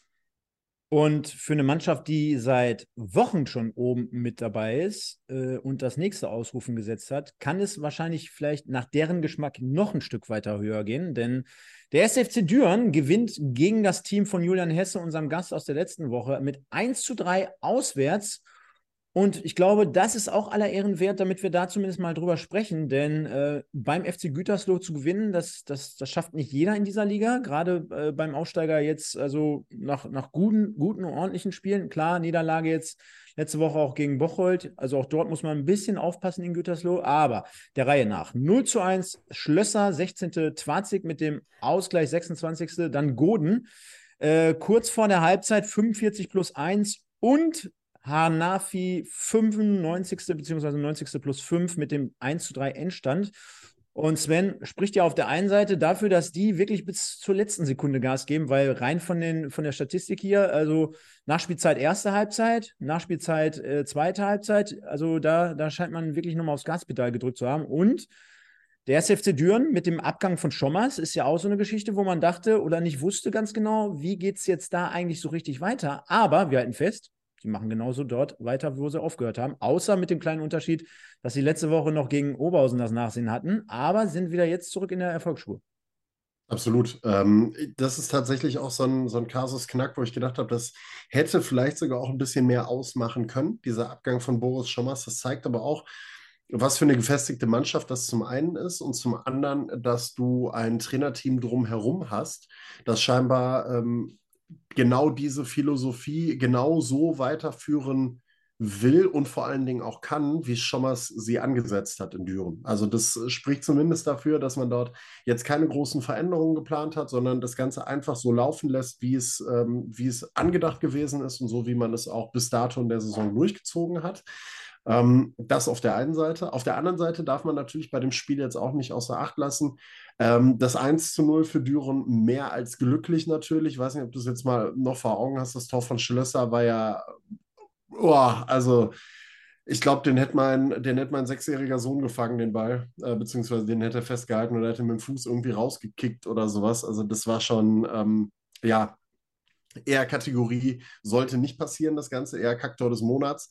Und für eine Mannschaft, die seit Wochen schon oben mit dabei ist äh, und das nächste Ausrufen gesetzt hat, kann es wahrscheinlich vielleicht nach deren Geschmack noch ein Stück weiter höher gehen. Denn der S F C Düren gewinnt gegen das Team von Julian Hesse, unserem Gast aus der letzten Woche, mit eins zu drei auswärts. Und ich glaube, das ist auch aller Ehren wert, damit wir da zumindest mal drüber sprechen. Denn äh, beim F C Gütersloh zu gewinnen, das, das, das schafft nicht jeder in dieser Liga. Gerade äh, beim Aufsteiger jetzt, also nach, nach guten, guten, ordentlichen Spielen. Klar, Niederlage jetzt letzte Woche auch gegen Bocholt. Also auch dort muss man ein bisschen aufpassen in Gütersloh. Aber der Reihe nach. null zu eins Schlösser, sechzehnte Twarzig mit dem Ausgleich, sechsundzwanzigste Dann Goden. Äh, kurz vor der Halbzeit fünfundvierzig plus eins und Hanafi fünfundneunzigste beziehungsweise neunzigste plus fünf mit dem eins zu drei Endstand. Und Sven spricht ja auf der einen Seite dafür, dass die wirklich bis zur letzten Sekunde Gas geben, weil rein von, den, von der Statistik hier, also Nachspielzeit erste Halbzeit, Nachspielzeit äh, zweite Halbzeit, also da, da scheint man wirklich nochmal aufs Gaspedal gedrückt zu haben. Und der erste F C Düren mit dem Abgang von Schommers ist ja auch so eine Geschichte, wo man dachte oder nicht wusste ganz genau, wie geht es jetzt da eigentlich so richtig weiter. Aber wir halten fest, die machen genauso dort weiter, wo sie aufgehört haben. Außer mit dem kleinen Unterschied, dass sie letzte Woche noch gegen Oberhausen das Nachsehen hatten, aber sind wieder jetzt zurück in der Erfolgsspur. Absolut. Ähm, das ist tatsächlich auch so ein, so ein Kasus Knack, wo ich gedacht habe, das hätte vielleicht sogar auch ein bisschen mehr ausmachen können, dieser Abgang von Boris Schommers. Das zeigt aber auch, was für eine gefestigte Mannschaft das zum einen ist und zum anderen, dass du ein Trainerteam drumherum hast, das scheinbar ähm, genau diese Philosophie genau so weiterführen will und vor allen Dingen auch kann, wie Schommers sie angesetzt hat in Düren. Also das spricht zumindest dafür, dass man dort jetzt keine großen Veränderungen geplant hat, sondern das Ganze einfach so laufen lässt, wie es, ähm, wie es angedacht gewesen ist und so, wie man es auch bis dato in der Saison durchgezogen hat. Ähm, das auf der einen Seite. Auf der anderen Seite darf man natürlich bei dem Spiel jetzt auch nicht außer Acht lassen. Ähm, das eins zu null für Düren mehr als glücklich natürlich. Ich weiß nicht, ob du es jetzt mal noch vor Augen hast. Das Tor von Schlösser war ja, oh, also ich glaube, den hätte mein, den hätte mein sechsjähriger Sohn gefangen, den Ball, äh, beziehungsweise den hätte er festgehalten oder hätte mit dem Fuß irgendwie rausgekickt oder sowas. Also das war schon, ähm, ja, eher Kategorie, sollte nicht passieren, das Ganze, eher Kaktor des Monats.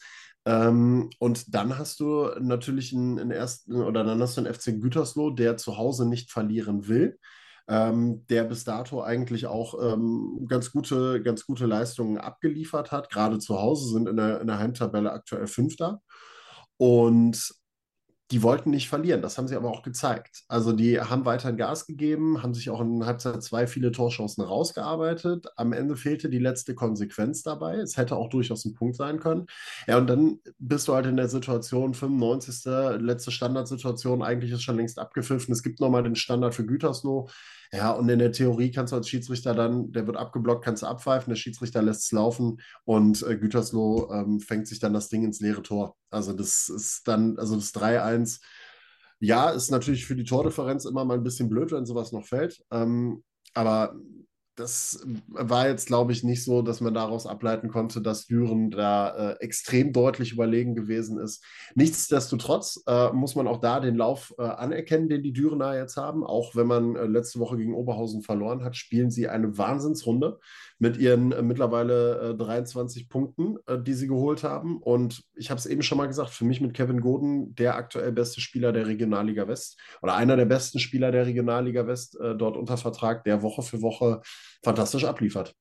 Ähm, und dann hast du natürlich einen, einen ersten, oder dann hast du einen F C Gütersloh, der zu Hause nicht verlieren will, ähm, der bis dato eigentlich auch ähm, ganz gute, ganz gute Leistungen abgeliefert hat. Gerade zu Hause sind in der, in der Heimtabelle aktuell Fünfter. Und die wollten nicht verlieren, das haben sie aber auch gezeigt. Also die haben weiterhin Gas gegeben, haben sich auch in Halbzeit zwei viele Torchancen rausgearbeitet. Am Ende fehlte die letzte Konsequenz dabei. Es hätte auch durchaus ein Punkt sein können. Ja, und dann bist du halt in der Situation, fünfundneunzigste letzte Standardsituation, eigentlich ist schon längst abgepfiffen. Es gibt nochmal den Standard für Gütersloh. Ja, und in der Theorie kannst du als Schiedsrichter dann, der wird abgeblockt, kannst du abpfeifen, der Schiedsrichter lässt es laufen und äh, Gütersloh ähm, fängt sich dann das Ding ins leere Tor. Also das ist dann, also das drei eins, ja, ist natürlich für die Tordifferenz immer mal ein bisschen blöd, wenn sowas noch fällt. Ähm, aber das war jetzt, glaube ich, nicht so, dass man daraus ableiten konnte, dass Düren da äh, extrem deutlich überlegen gewesen ist. Nichtsdestotrotz äh, muss man auch da den Lauf äh, anerkennen, den die Dürener jetzt haben. Auch wenn man äh, letzte Woche gegen Oberhausen verloren hat, spielen sie eine Wahnsinnsrunde mit ihren äh, mittlerweile äh, dreiundzwanzig Punkten, äh, die sie geholt haben. Und ich habe es eben schon mal gesagt, für mich mit Kevin Goden der aktuell beste Spieler der Regionalliga West oder einer der besten Spieler der Regionalliga West äh, dort unter Vertrag, der Woche für Woche fantastisch abliefert.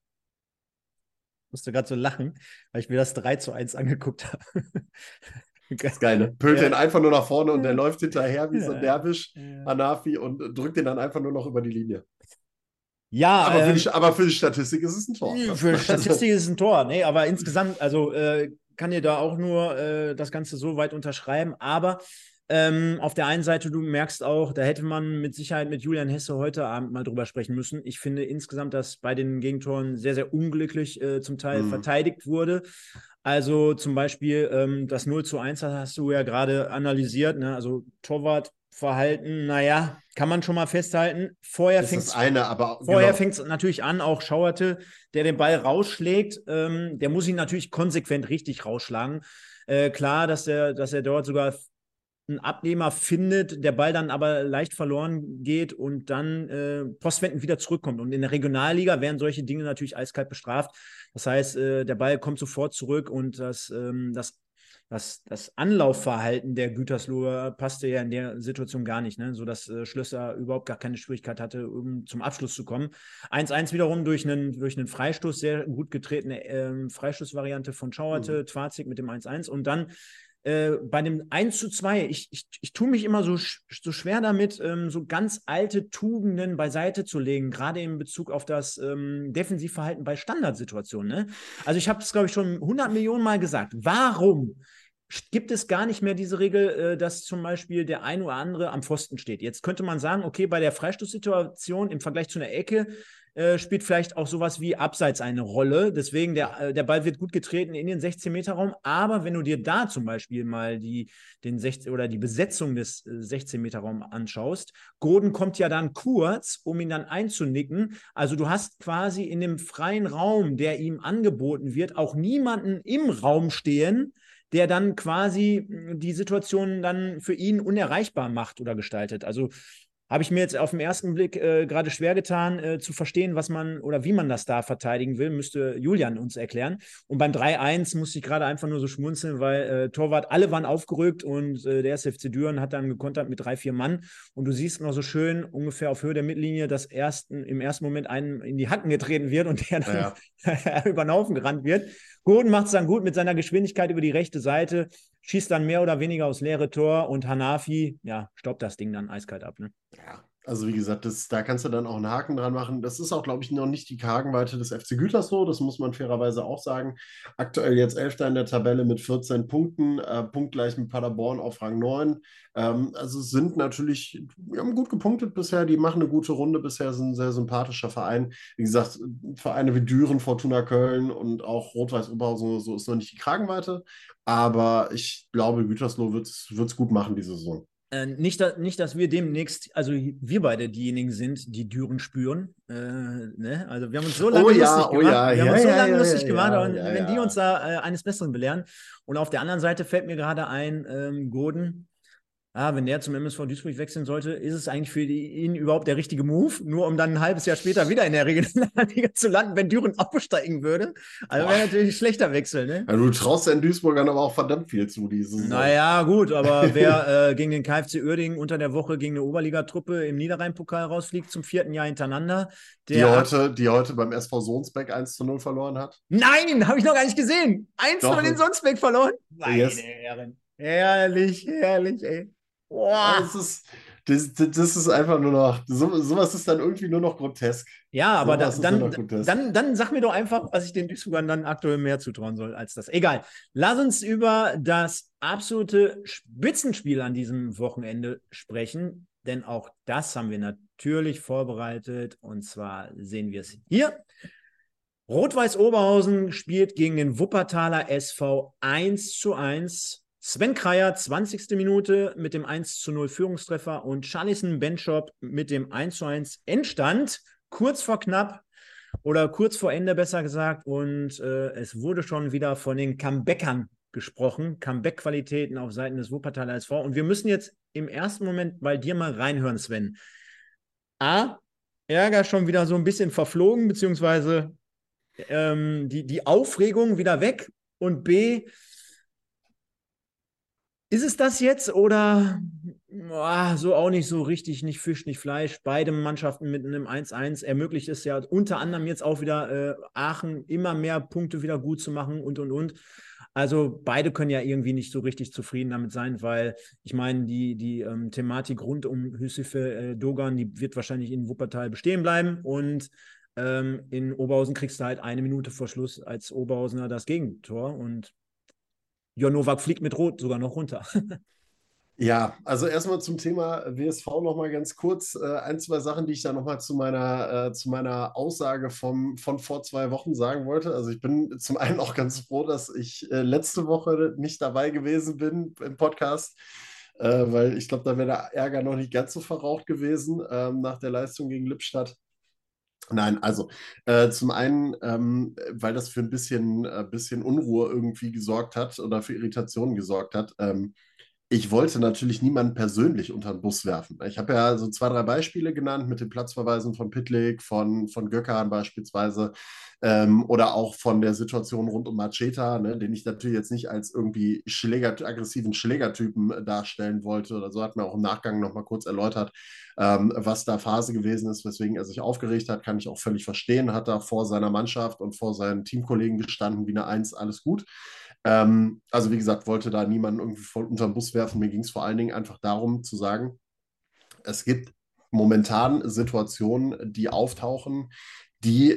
Ich musste gerade so lachen, weil ich mir das drei zu eins angeguckt habe. Das ist geil, ne? Pölt Ja. den einfach nur nach vorne und der läuft hinterher wie so ein Ja. Derwisch, Ja. Hanafi, und drückt den dann einfach nur noch über die Linie. Ja, Aber für ähm, die, aber für die Statistik ist es ein Tor. Ne? für Also, Statistik ist es ein Tor, nee, aber insgesamt, also äh, kann dir da auch nur äh, das Ganze so weit unterschreiben. Aber ähm, auf der einen Seite, du merkst auch, da hätte man mit Sicherheit mit Julian Hesse heute Abend mal drüber sprechen müssen. Ich finde insgesamt, dass bei den Gegentoren sehr, sehr unglücklich äh, zum Teil mh, verteidigt wurde. Also zum Beispiel ähm, das null zu eins hast du ja gerade analysiert, ne? Also Torwartverhalten, naja, kann man schon mal festhalten. Vorher ist fängt das es eine, aber Vorher genau. fängt es natürlich an, auch Schauerte, der den Ball rausschlägt, ähm, der muss ihn natürlich konsequent richtig rausschlagen. Äh, klar, dass er, dass er dort sogar einen Abnehmer findet, der Ball dann aber leicht verloren geht und dann äh, postwendend wieder zurückkommt. Und in der Regionalliga werden solche Dinge natürlich eiskalt bestraft. Das heißt, äh, der Ball kommt sofort zurück und das, ähm, das, das, das Anlaufverhalten der Gütersloher passte ja in der Situation gar nicht, ne? Sodass äh, Schlösser überhaupt gar keine Schwierigkeit hatte, um zum Abschluss zu kommen. eins eins wiederum durch einen, durch einen Freistoß, sehr gut getretene ähm, Freistoßvariante von Mh. Schauerte, Twarzig mit dem eins eins und dann äh, bei dem eins zu zwei, ich, ich, ich tue mich immer so, so schwer damit, ähm, so ganz alte Tugenden beiseite zu legen, gerade in Bezug auf das ähm, Defensivverhalten bei Standardsituationen. Ne? Also ich habe es, glaube ich, schon hundert Millionen Mal gesagt. Warum gibt es gar nicht mehr diese Regel, äh, dass zum Beispiel der ein oder andere am Pfosten steht? Jetzt könnte man sagen, okay, bei der Freistoßsituation im Vergleich zu einer Ecke äh, spielt vielleicht auch sowas wie Abseits eine Rolle. Deswegen, der, äh, der Ball wird gut getreten in den sechzehn-Meter-Raum. Aber wenn du dir da zum Beispiel mal die, den sechzehn oder die Besetzung des äh, sechzehn-Meter-Raums anschaust, Gordon kommt ja dann kurz, um ihn dann einzunicken. Also du hast quasi in dem freien Raum, der ihm angeboten wird, auch niemanden im Raum stehen, der dann quasi die Situation dann für ihn unerreichbar macht oder gestaltet. Also habe ich mir jetzt auf den ersten Blick äh, gerade schwer getan, äh, zu verstehen, was man oder wie man das da verteidigen will, müsste Julian uns erklären. Und beim drei eins musste ich gerade einfach nur so schmunzeln, weil äh, Torwart, alle waren aufgerückt und äh, der S F C Düren hat dann gekontert mit drei, vier Mann. Und du siehst noch so schön ungefähr auf Höhe der Mittellinie, dass ersten, im ersten Moment einem in die Hacken getreten wird und der dann ja. über den Haufen gerannt wird. Gordon macht es dann gut mit seiner Geschwindigkeit über die rechte Seite, schießt dann mehr oder weniger aufs leere Tor und Hanafi, ja, staubt das Ding dann eiskalt ab. Ne? Ja, also wie gesagt, das, da kannst du dann auch einen Haken dran machen. Das ist auch, glaube ich, noch nicht die Kragenweite des F C Gütersloh, das muss man fairerweise auch sagen. Aktuell jetzt Elfter in der Tabelle mit vierzehn Punkten, äh, punktgleich mit Paderborn auf Rang neun. Ähm, also sind natürlich, wir haben gut gepunktet bisher, die machen eine gute Runde bisher, sind ein sehr sympathischer Verein. Wie gesagt, Vereine wie Düren, Fortuna Köln und auch Rot-Weiß Oberhausen, so ist noch nicht die Kragenweite. Aber ich glaube, Gütersloh wird es gut machen diese Saison. Äh, nicht, da, nicht, dass wir demnächst, also wir beide diejenigen sind, die Düren spüren. Äh, ne? Also wir haben uns so lange oh ja, lustig oh gemacht. ja, wir haben ja, uns so ja, lange ja, lustig ja, gemacht ja, und ja, wenn die ja. uns da äh, eines Besseren belehren. Und auf der anderen Seite fällt mir gerade ein, ähm, Gordon, ah, wenn der zum M S V Duisburg wechseln sollte, ist es eigentlich für die, ihn überhaupt der richtige Move, nur um dann ein halbes Jahr später wieder in der Regionalliga zu landen, wenn Düren absteigen würde. Also wäre natürlich ein schlechter Wechsel, ne? Ja, du traust den Duisburgern aber auch verdammt viel zu, diese Saison. Naja, gut, aber wer äh, gegen den K F C Uerdingen unter der Woche gegen eine Oberligatruppe im Niederrhein-Pokal rausfliegt zum vierten Jahr hinterereiner, die, der heute, die heute beim S V Sohnsbeck eins zu null verloren hat. Nein, habe ich noch gar nicht gesehen. eins zu null in Sonsbeck verloren. Meine yes. Herren. Herrlich, herrlich, ey. Ja, Boah. es ist, das, das ist einfach nur noch, so, sowas ist dann irgendwie nur noch grotesk. Ja, aber da, Sowas ist nur dann, noch grotesk. dann, dann sag mir doch einfach, was ich den Duisburgern dann aktuell mehr zutrauen soll als das. Egal. Lass uns über das absolute Spitzenspiel an diesem Wochenende sprechen, denn auch das haben wir natürlich vorbereitet und zwar sehen wir es hier. Rot-Weiß Oberhausen spielt gegen den Wuppertaler S V eins zu eins. Sven Kreier, zwanzigste Minute mit dem eins zu null Führungstreffer und Charlison Benchop mit dem eins zu eins Endstand. Kurz vor knapp oder kurz vor Ende besser gesagt. Und äh, es wurde schon wieder von den Comebackern gesprochen. Comeback-Qualitäten auf Seiten des Wuppertaler S V. Und wir müssen jetzt im ersten Moment bei dir mal reinhören, Sven. A, Ärger schon wieder so ein bisschen verflogen, beziehungsweise ähm, die, die Aufregung wieder weg. Und B, ist es das jetzt oder oh, so auch nicht so richtig, nicht Fisch, nicht Fleisch? Beide Mannschaften mit einem eins eins ermöglicht es ja unter anderem jetzt auch wieder äh, Aachen immer mehr Punkte wieder gut zu machen und, und, und. Also beide können ja irgendwie nicht so richtig zufrieden damit sein, weil ich meine, die, die ähm, Thematik rund um Hüsife äh, Dogan, die wird wahrscheinlich in Wuppertal bestehen bleiben und ähm, in Oberhausen kriegst du halt eine Minute vor Schluss als Oberhausener das Gegentor und Jon Nowak fliegt mit Rot sogar noch runter. Ja, also erstmal zum Thema W S V nochmal ganz kurz. Äh, ein, zwei Sachen, die ich da nochmal zu meiner, äh, zu meiner Aussage vom, von vor zwei Wochen sagen wollte. Also ich bin zum einen auch ganz froh, dass ich äh, letzte Woche nicht dabei gewesen bin im Podcast, äh, weil ich glaube, da wäre der Ärger noch nicht ganz so verraucht gewesen ähm, nach der Leistung gegen Lippstadt. Nein, also äh, zum einen, ähm, weil das für ein bisschen, äh, bisschen Unruhe irgendwie gesorgt hat oder für Irritationen gesorgt hat. Ähm, ich wollte natürlich niemanden persönlich unter den Bus werfen. Ich habe ja so zwei, drei Beispiele genannt mit den Platzverweisen von Pitlick, von, von Gökhan beispielsweise ähm, oder auch von der Situation rund um Macheta, ne, den ich natürlich jetzt nicht als irgendwie Schläger, aggressiven Schlägertypen darstellen wollte oder so, hat mir auch im Nachgang nochmal kurz erläutert, ähm, was da Phase gewesen ist, weswegen er sich aufgeregt hat, kann ich auch völlig verstehen, hat da vor seiner Mannschaft und vor seinen Teamkollegen gestanden, wie eine Eins, alles gut. Ähm, also wie gesagt, wollte da niemanden irgendwie voll unter den Bus werfen. Mir ging es vor allen Dingen einfach darum zu sagen, es gibt momentan Situationen, die auftauchen, die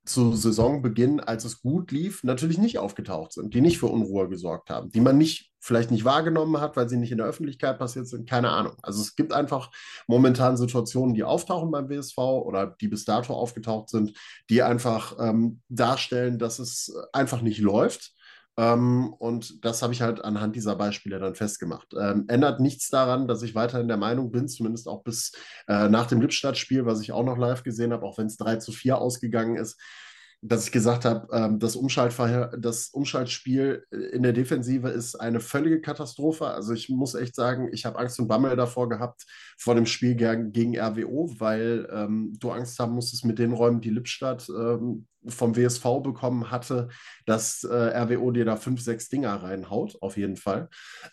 zu Saisonbeginn, als es gut lief, natürlich nicht aufgetaucht sind, die nicht für Unruhe gesorgt haben, die man nicht, vielleicht nicht wahrgenommen hat, weil sie nicht in der Öffentlichkeit passiert sind, keine Ahnung. Also es gibt einfach momentan Situationen, die auftauchen beim W S V oder die bis dato aufgetaucht sind, die einfach ähm, darstellen, dass es einfach nicht läuft. Ähm, und das habe ich halt anhand dieser Beispiele dann festgemacht. Ähm, ändert nichts daran, dass ich weiterhin der Meinung bin, zumindest auch bis äh, nach dem Lippstadt-Spiel, was ich auch noch live gesehen habe, auch wenn es drei zu vier ausgegangen ist, dass ich gesagt habe, ähm, das, Umschaltverhör- das Umschaltspiel in der Defensive ist eine völlige Katastrophe. Also ich muss echt sagen, ich habe Angst und Bammel davor gehabt, vor dem Spiel gegen, gegen R W O, weil ähm, du Angst haben musstest mit den Räumen, die Lippstadt ähm, vom W S V bekommen hatte, dass äh, R W O dir da fünf, sechs Dinger reinhaut, auf jeden Fall.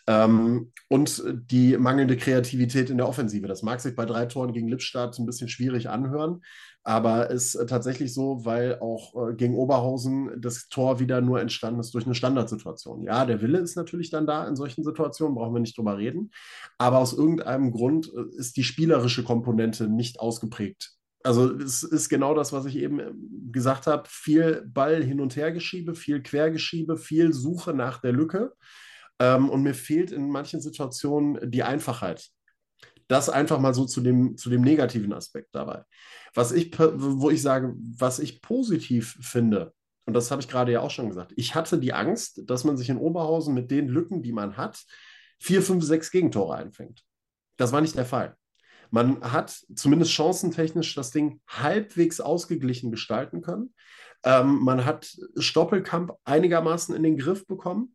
Ähm, und die mangelnde Kreativität in der Offensive. Das mag sich bei drei Toren gegen Lippstadt ein bisschen schwierig anhören, aber ist äh, tatsächlich so, weil auch äh, gegen Oberhausen das Tor wieder nur entstanden ist durch eine Standardsituation. Ja, der Wille ist natürlich dann da in solchen Situationen, brauchen wir nicht drüber reden. Aber aus irgendeinem Grund äh, ist die spielerische Komponente nicht ausgeprägt. Also es ist genau das, was ich eben äh, gesagt habe. Viel Ball hin und her geschiebe, viel Quergeschiebe, viel Suche nach der Lücke. Ähm, und mir fehlt in manchen Situationen die Einfachheit. Das einfach mal so zu dem, zu dem negativen Aspekt dabei. Was ich, wo ich sage, was ich positiv finde, und das habe ich gerade ja auch schon gesagt, ich hatte die Angst, dass man sich in Oberhausen mit den Lücken, die man hat, vier, fünf, sechs Gegentore einfängt. Das war nicht der Fall. Man hat zumindest chancentechnisch das Ding halbwegs ausgeglichen gestalten können. Ähm, man hat Stoppelkamp einigermaßen in den Griff bekommen.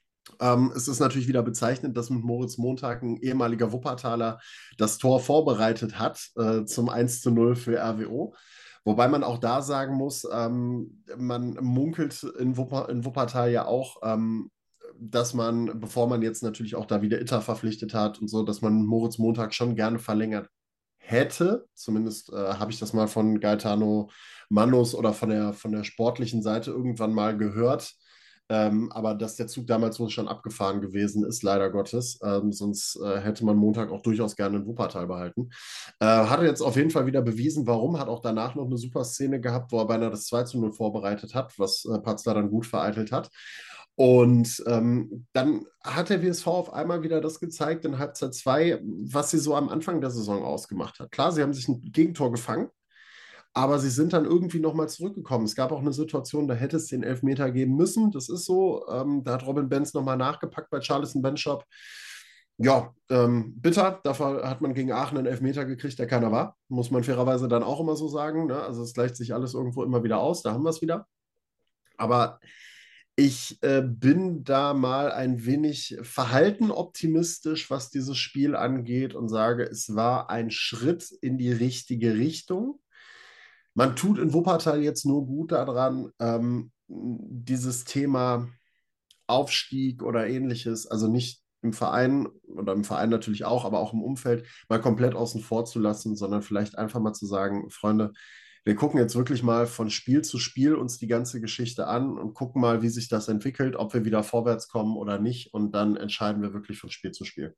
Ähm, es ist natürlich wieder bezeichnend, dass mit Moritz Montag ein ehemaliger Wuppertaler das Tor vorbereitet hat äh, zum eins zu null für R W O. Wobei man auch da sagen muss, ähm, man munkelt in, Wupper, in Wuppertal ja auch, ähm, dass man, bevor man jetzt natürlich auch da wieder Itter verpflichtet hat und so, dass man Moritz Montag schon gerne verlängert hätte. Zumindest äh, habe ich das mal von Gaetano Manus oder von der, von der sportlichen Seite irgendwann mal gehört. Ähm, aber dass der Zug damals wohl schon abgefahren gewesen ist, leider Gottes. Ähm, sonst äh, hätte man Montag auch durchaus gerne in Wuppertal behalten. Äh, hat er jetzt auf jeden Fall wieder bewiesen, warum. Hat auch danach noch eine super Szene gehabt, wo er beinahe das zwei zu null vorbereitet hat, was äh, Patzler dann gut vereitelt hat. Und ähm, dann hat der W S V auf einmal wieder das gezeigt in Halbzeit zwei, was sie so am Anfang der Saison ausgemacht hat. Klar, sie haben sich ein Gegentor gefangen, aber sie sind dann irgendwie nochmal zurückgekommen. Es gab auch eine Situation, da hätte es den Elfmeter geben müssen. Das ist so. Ähm, da hat Robin Benz nochmal nachgepackt bei Charleston Benchop. Ja, ähm, bitter. Dafür hat man gegen Aachen einen Elfmeter gekriegt, der keiner war. Muss man fairerweise dann auch immer so sagen. Ne? Also es gleicht sich alles irgendwo immer wieder aus. Da haben wir es wieder. Aber ich äh, bin da mal ein wenig verhalten optimistisch, was dieses Spiel angeht und sage, es war ein Schritt in die richtige Richtung. Man tut in Wuppertal jetzt nur gut daran, ähm, dieses Thema Aufstieg oder ähnliches, also nicht im Verein oder im Verein natürlich auch, aber auch im Umfeld mal komplett außen vor zu lassen, sondern vielleicht einfach mal zu sagen, Freunde, wir gucken jetzt wirklich mal von Spiel zu Spiel uns die ganze Geschichte an und gucken mal, wie sich das entwickelt, ob wir wieder vorwärts kommen oder nicht. Und dann entscheiden wir wirklich von Spiel zu Spiel.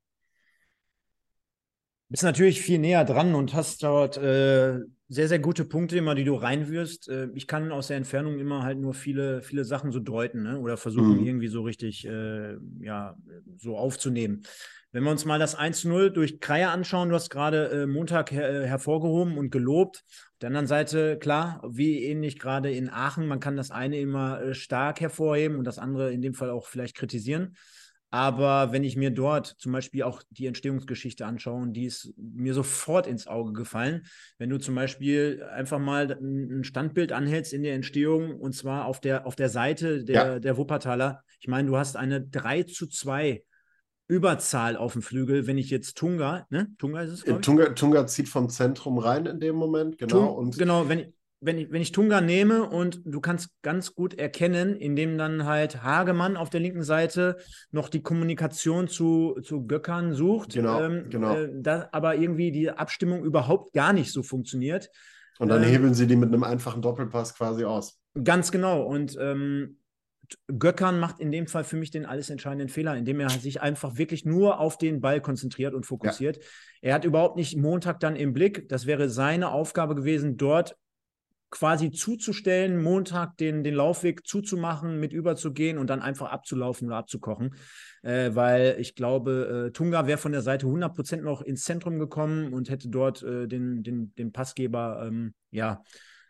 Bist natürlich viel näher dran und hast dort äh, sehr, sehr gute Punkte immer, die du reinwirfst. Äh, ich kann aus der Entfernung immer halt nur viele, viele Sachen so deuten, ne? Oder versuchen Mhm. irgendwie so richtig äh, ja, so aufzunehmen. Wenn wir uns mal das eins zu null durch Kreier anschauen, du hast gerade äh, Montag her hervorgehoben und gelobt. Auf der anderen Seite, klar, wie ähnlich gerade in Aachen, man kann das eine immer äh, stark hervorheben und das andere in dem Fall auch vielleicht kritisieren. Aber wenn ich mir dort zum Beispiel auch die Entstehungsgeschichte anschaue, die ist mir sofort ins Auge gefallen. Wenn du zum Beispiel einfach mal ein Standbild anhältst in der Entstehung und zwar auf der, auf der Seite der, Ja, der Wuppertaler. Ich meine, du hast eine drei zu zwei Überzahl auf dem Flügel. Wenn ich jetzt Tunga, ne? Tunga ist es, glaube ich. Tunga, Tunga zieht vom Zentrum rein in dem Moment, genau. Tung, Und genau, wenn ich, wenn ich, wenn ich Tunga nehme und du kannst ganz gut erkennen, indem dann halt Hagemann auf der linken Seite noch die Kommunikation zu, zu Göckern sucht, genau, ähm, äh, genau. da aber irgendwie die Abstimmung überhaupt gar nicht so funktioniert. Und dann Ähm, hebeln sie die mit einem einfachen Doppelpass quasi aus. Ganz genau. Und ähm, Göckern macht in dem Fall für mich den alles entscheidenden Fehler, indem er sich einfach wirklich nur auf den Ball konzentriert und Ja, fokussiert. Er hat überhaupt nicht Montag dann im Blick. Das wäre seine Aufgabe gewesen, dort quasi zuzustellen, Montag den, den Laufweg zuzumachen, mit überzugehen und dann einfach abzulaufen oder abzukochen. Äh, weil ich glaube, äh, Tunga wäre von der Seite hundert Prozent noch ins Zentrum gekommen und hätte dort äh, den, den, den Passgeber ähm, ja,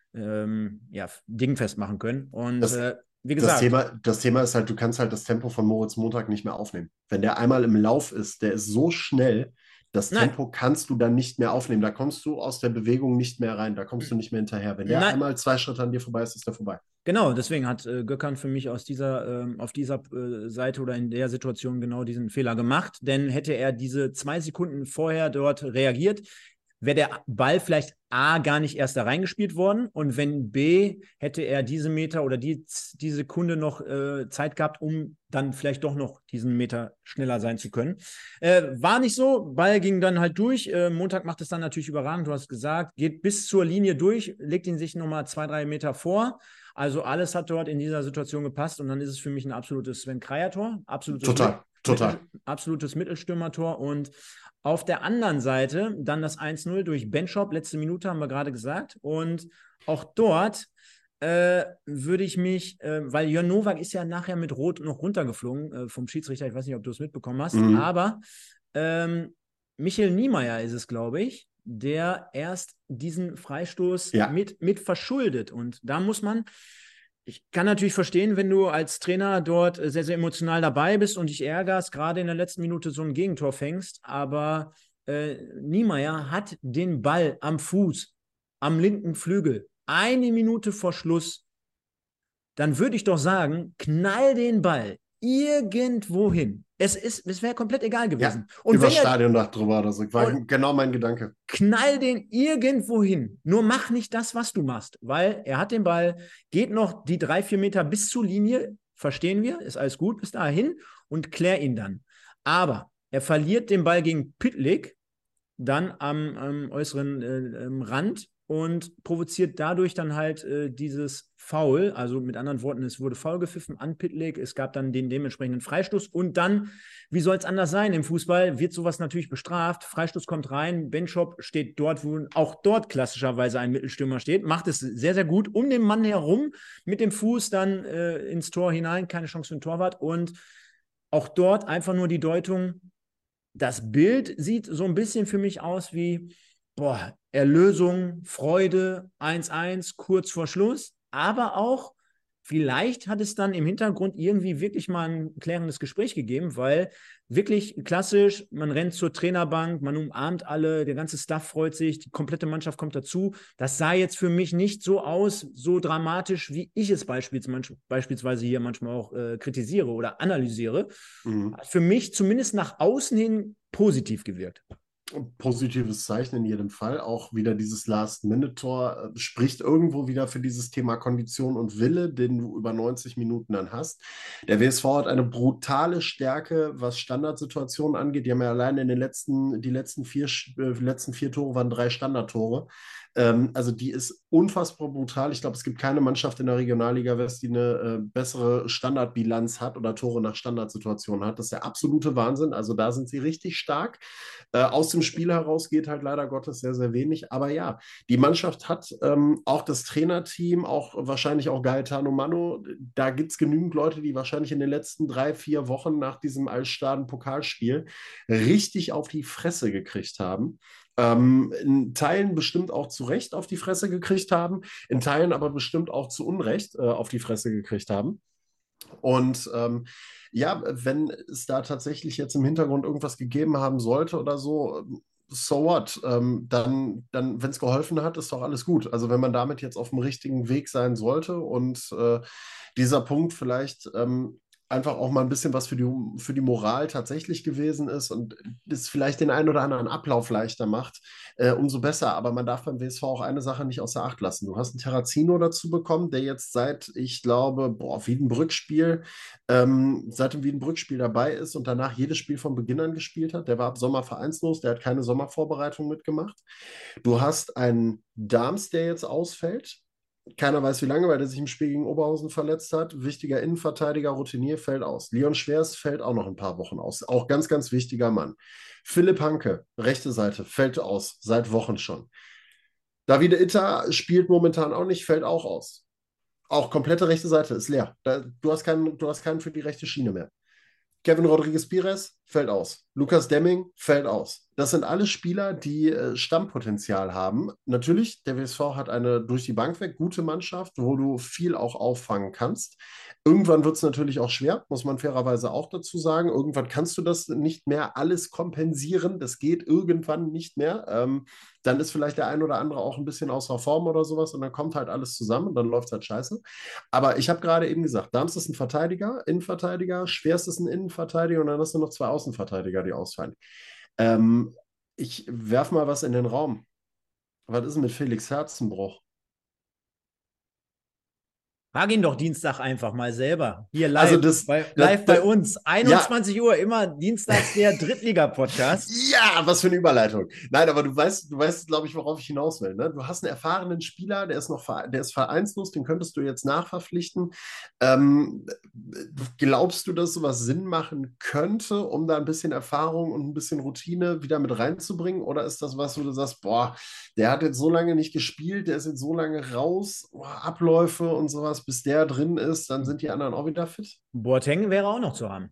ähm, ja, dingfest machen können. Und Das, äh, wie das gesagt, Thema, das Thema ist halt, du kannst halt das Tempo von Moritz Montag nicht mehr aufnehmen. Wenn der einmal im Lauf ist, der ist so schnell, das nein, Tempo kannst du dann nicht mehr aufnehmen. Da kommst du aus der Bewegung nicht mehr rein, da kommst du nicht mehr hinterher. Wenn der nein, einmal zwei Schritte an dir vorbei ist, ist der vorbei. genau, deswegen hat äh, Gökhan für mich aus dieser, ähm, auf dieser äh, Seite oder in der Situation genau diesen Fehler gemacht. Denn hätte er diese zwei Sekunden vorher dort reagiert, wäre der Ball vielleicht A gar nicht erst da reingespielt worden und wenn B, hätte er diese Meter oder die, die Sekunde noch äh, Zeit gehabt, um dann vielleicht doch noch diesen Meter schneller sein zu können. Äh, war nicht so, Ball ging dann halt durch. Äh, Montag macht es dann natürlich überragend, du hast gesagt, geht bis zur Linie durch, legt ihn sich nochmal zwei, drei Meter vor. Also alles hat dort in dieser Situation gepasst und dann ist es für mich ein absolutes Sven Kreier-Tor, absolutes, Mit Total, Mittel total. absolutes Mittelstürmertor und auf der anderen Seite dann das eins null durch Benchop, letzte Minute haben wir gerade gesagt und auch dort äh, würde ich mich, äh, weil Jörn Nowak ist ja nachher mit Rot noch runtergeflogen äh, vom Schiedsrichter, ich weiß nicht, ob du es mitbekommen hast, Mhm. aber ähm, Michael Niemeyer ist es, glaube ich, der erst diesen Freistoß Ja, mit, mit verschuldet. Und da muss man, ich kann natürlich verstehen, wenn du als Trainer dort sehr, sehr emotional dabei bist und dich ärgerst, gerade in der letzten Minute so ein Gegentor fängst, aber äh, Niemeyer hat den Ball am Fuß, am linken Flügel, eine Minute vor Schluss, dann würde ich doch sagen, knall den Ball irgendwo hin. Es, es wäre komplett egal ja. gewesen. Und Über wenn er, Stadiondach drüber oder so. War und genau mein Gedanke. knall den irgendwo hin. Nur mach nicht das, was du machst, weil er hat den Ball, geht noch die drei, vier Meter bis zur Linie, verstehen wir, ist alles gut bis dahin und klär ihn dann. Aber er verliert den Ball gegen Pitlick, dann am, am äußeren äh, Rand und provoziert dadurch dann halt äh, dieses Foul. Also mit anderen Worten, es wurde Foul gepfiffen an Pitlick, es gab dann den dementsprechenden Freistoß und dann, wie soll es anders sein im Fußball, wird sowas natürlich bestraft. Freistoß kommt rein, Benchop steht dort, wo auch dort klassischerweise ein Mittelstürmer steht, macht es sehr, sehr gut um den Mann herum, mit dem Fuß dann äh, ins Tor hinein, keine Chance für den Torwart und auch dort einfach nur die Deutung, das Bild sieht so ein bisschen für mich aus wie, boah, Erlösung, Freude, eins eins, kurz vor Schluss, aber auch, vielleicht hat es dann im Hintergrund irgendwie wirklich mal ein klärendes Gespräch gegeben, weil wirklich klassisch, man rennt zur Trainerbank, man umarmt alle, der ganze Staff freut sich, die komplette Mannschaft kommt dazu. Das sah jetzt für mich nicht so aus, so dramatisch, wie ich es beispielsweise hier manchmal auch äh, kritisiere oder analysiere. Mhm. Hat für mich zumindest nach außen hin positiv gewirkt. Positives Zeichen in jedem Fall. Auch wieder dieses Last-Minute-Tor äh, spricht irgendwo wieder für dieses Thema Kondition und Wille, den du über neunzig Minuten dann hast. Der W S V hat eine brutale Stärke, was Standardsituationen angeht. Die haben ja allein in den letzten, die letzten vier, äh, letzten vier Tore waren drei Standardtore. Ähm, also die ist unfassbar brutal. Ich glaube, es gibt keine Mannschaft in der Regionalliga West, die eine äh, bessere Standardbilanz hat oder Tore nach Standardsituationen hat. Das ist der absolute Wahnsinn. Also da sind sie richtig stark. Äh, aus dem Spiel heraus geht halt leider Gottes sehr, sehr wenig. Aber ja, die Mannschaft hat ähm, auch das Trainerteam, auch wahrscheinlich auch Gaetano Mano. Da gibt es genügend Leute, die wahrscheinlich in den letzten drei, vier Wochen nach diesem Altstaden-Pokalspiel richtig auf die Fresse gekriegt haben. Ähm, in Teilen bestimmt auch zu Recht auf die Fresse gekriegt haben, in Teilen aber bestimmt auch zu Unrecht äh, auf die Fresse gekriegt haben. Und ähm, ja, wenn es da tatsächlich jetzt im Hintergrund irgendwas gegeben haben sollte oder so, so what? Ähm, dann, dann wenn es geholfen hat, ist doch alles gut. Also wenn man damit jetzt auf dem richtigen Weg sein sollte und äh, dieser Punkt vielleicht ähm, einfach auch mal ein bisschen was für die, für die Moral tatsächlich gewesen ist und es vielleicht den einen oder anderen Ablauf leichter macht, äh, umso besser. Aber man darf beim W S V auch eine Sache nicht außer Acht lassen. Du hast einen Terrazino dazu bekommen, der jetzt seit, ich glaube, boah, Wiedenbrück-Spiel, ähm, seit dem Wiedenbrück-Spiel dabei ist und danach jedes Spiel von Beginn an gespielt hat. Der war ab Sommer vereinslos, der hat keine Sommervorbereitung mitgemacht. Du hast einen Dams, der jetzt ausfällt. Keiner weiß wie lange, weil der sich im Spiel gegen Oberhausen verletzt hat. Wichtiger Innenverteidiger, Routinier, fällt aus. Leon Schwers fällt auch noch ein paar Wochen aus. Auch ganz, ganz wichtiger Mann. Philipp Hanke, rechte Seite, fällt aus, seit Wochen schon. Davide Itta spielt momentan auch nicht, fällt auch aus. Auch komplette rechte Seite ist leer. Da, du hast keinen, du hast keinen für die rechte Schiene mehr. Kevin Rodriguez-Pires fällt aus. Lukas Demming fällt aus. Das sind alles Spieler, die äh, Stammpotenzial haben. Natürlich, der W S V hat eine durch die Bank weg gute Mannschaft, wo du viel auch auffangen kannst. Irgendwann wird es natürlich auch schwer, muss man fairerweise auch dazu sagen. Irgendwann kannst du das nicht mehr alles kompensieren. Das geht irgendwann nicht mehr. Ähm, dann ist vielleicht der ein oder andere auch ein bisschen außer Form oder sowas und dann kommt halt alles zusammen und dann läuft es halt scheiße. Aber ich habe gerade eben gesagt, Darms ist ein Verteidiger, Innenverteidiger, Schwerst ist ein Innenverteidiger und dann hast du noch zwei Außenverteidiger, die ausfallen. Ähm, ich werfe mal was in den Raum. Was ist denn mit Felix Herzenbruch? Frag ihn doch Dienstag einfach mal selber. Hier Also live, das, bei, das, live bei das uns. ja, einundzwanzig Uhr, immer dienstags der Drittliga-Podcast. ja, was für eine Überleitung. Nein, aber du weißt, du weißt, glaube ich, worauf ich hinaus will. Ne? Du hast einen erfahrenen Spieler, der ist noch der ist vereinslos, den könntest du jetzt nachverpflichten. Ähm, glaubst du, dass sowas Sinn machen könnte, um da ein bisschen Erfahrung und ein bisschen Routine wieder mit reinzubringen? Oder ist das was, wo du sagst, boah, der hat jetzt so lange nicht gespielt, der ist jetzt so lange raus, boah, Abläufe und sowas, bis der drin ist, dann sind die anderen auch wieder fit? Boateng wäre auch noch zu haben.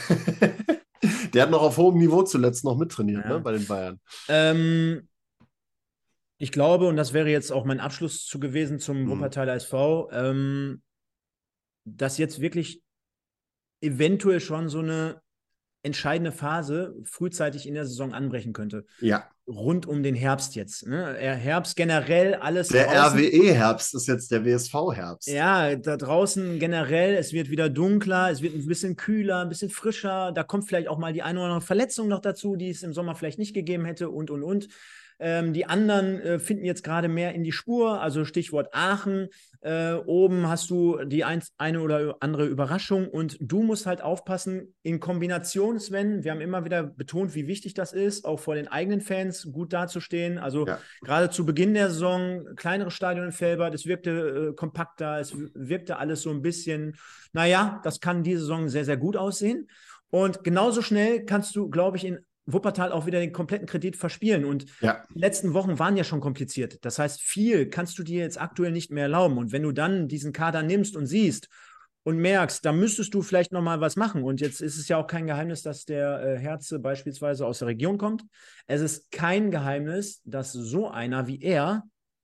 Der hat noch auf hohem Niveau zuletzt noch mittrainiert, ne, Ja. bei den Bayern. Ähm, ich glaube, und das wäre jetzt auch mein Abschluss zu gewesen zum Mhm. Wuppertaler S V, ähm, dass jetzt wirklich eventuell schon so eine entscheidende Phase frühzeitig in der Saison anbrechen könnte. Ja. Rund um den Herbst jetzt. Ne? Herbst generell alles Der draußen. R W E-Herbst ist jetzt der W S V-Herbst. Ja, da draußen generell, es wird wieder dunkler, es wird ein bisschen kühler, ein bisschen frischer. Da kommt vielleicht auch mal die eine oder andere Verletzung noch dazu, die es im Sommer vielleicht nicht gegeben hätte und, und, und. Ähm, die anderen äh, finden jetzt gerade mehr in die Spur, also Stichwort Aachen. Äh, oben hast du die ein, eine oder andere Überraschung und du musst halt aufpassen, in Kombination, Sven, wir haben immer wieder betont, wie wichtig das ist, auch vor den eigenen Fans gut dazustehen. Also Ja. gerade zu Beginn der Saison, kleineres Stadion in Velbert, es wirkte äh, kompakter, es wirkte alles so ein bisschen, naja, das kann diese Saison sehr, sehr gut aussehen. Und genauso schnell kannst du, glaube ich, in Wuppertal auch wieder den kompletten Kredit verspielen. Und Ja. die letzten Wochen waren ja schon kompliziert. Das heißt, viel kannst du dir jetzt aktuell nicht mehr erlauben. Und wenn du dann diesen Kader nimmst und siehst und merkst, da müsstest du vielleicht noch mal was machen. Und jetzt ist es ja auch kein Geheimnis, dass der äh, Herze beispielsweise aus der Region kommt. Es ist kein Geheimnis, dass so einer wie er,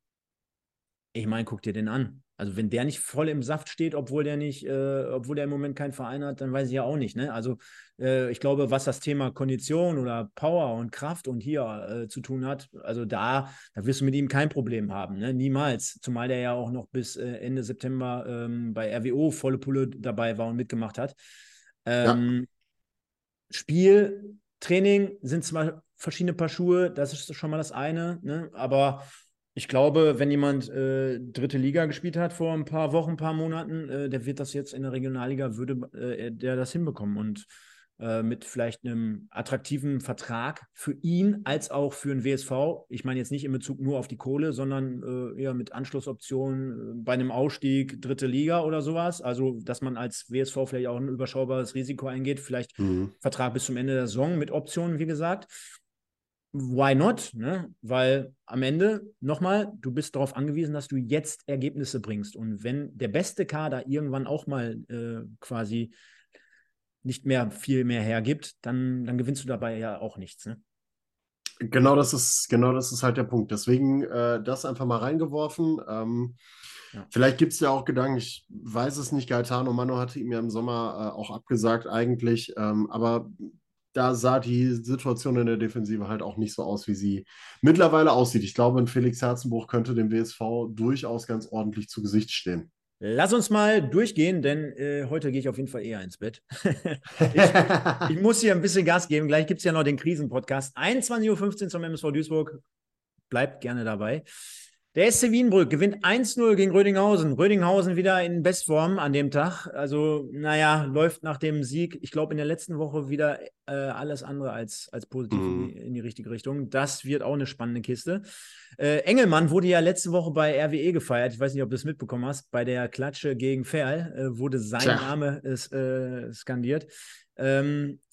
ich meine, guck dir den an. Also wenn der nicht voll im Saft steht, obwohl der nicht, äh, obwohl der im Moment keinen Verein hat, dann weiß ich ja auch nicht. Ne? Also äh, ich glaube, was das Thema Kondition oder Power und Kraft und hier äh, zu tun hat, also da, da wirst du mit ihm kein Problem haben. Ne? Niemals. Zumal der ja auch noch bis äh, Ende September ähm, bei R W O volle Pulle dabei war und mitgemacht hat. Ja. Ähm, Spiel, Training sind zwar verschiedene Paar Schuhe, das ist schon mal das eine, ne? Aber ich glaube, wenn jemand äh, dritte Liga gespielt hat vor ein paar Wochen, ein paar Monaten, äh, der wird das jetzt in der Regionalliga, würde äh, der das hinbekommen und äh, mit vielleicht einem attraktiven Vertrag für ihn als auch für den W S V. Ich meine jetzt nicht in Bezug nur auf die Kohle, sondern äh, eher mit Anschlussoptionen äh, bei einem Ausstieg dritte Liga oder sowas. Also, dass man als W S V vielleicht auch ein überschaubares Risiko eingeht, vielleicht Mhm. Vertrag bis zum Ende der Saison mit Optionen, wie gesagt. Why not? Ne? Weil am Ende, nochmal, du bist darauf angewiesen, dass du jetzt Ergebnisse bringst. Und wenn der beste Kader irgendwann auch mal äh, quasi nicht mehr viel mehr hergibt, dann, dann gewinnst du dabei ja auch nichts. Ne? Genau das ist, genau das ist halt der Punkt. Deswegen äh, das einfach mal reingeworfen. Ähm, Ja. vielleicht gibt es ja auch Gedanken, ich weiß es nicht, Gaetano Mano hatte ihm ja im Sommer äh, auch abgesagt eigentlich, ähm, aber da sah die Situation in der Defensive halt auch nicht so aus, wie sie mittlerweile aussieht. Ich glaube, ein Felix Herzenbruch könnte dem W S V durchaus ganz ordentlich zu Gesicht stehen. Lass uns mal durchgehen, denn äh, heute gehe ich auf jeden Fall eher ins Bett. ich, ich muss hier ein bisschen Gas geben. Gleich gibt es ja noch den Krisenpodcast. einundzwanzig Uhr fünfzehn zum M S V Duisburg. Bleibt gerne dabei. Der S C Wienbrück gewinnt eins null gegen Rödinghausen. Rödinghausen wieder in Bestform an dem Tag. Also, naja, läuft nach dem Sieg, ich glaube, in der letzten Woche wieder äh, alles andere als, als positiv in die, Mhm. in die richtige Richtung. Das wird auch eine spannende Kiste. Äh, Engelmann wurde ja letzte Woche bei R W E gefeiert. Ich weiß nicht, ob du es mitbekommen hast. Bei der Klatsche gegen Ferl äh, wurde sein Tja, Name äh, skandiert. Ähm,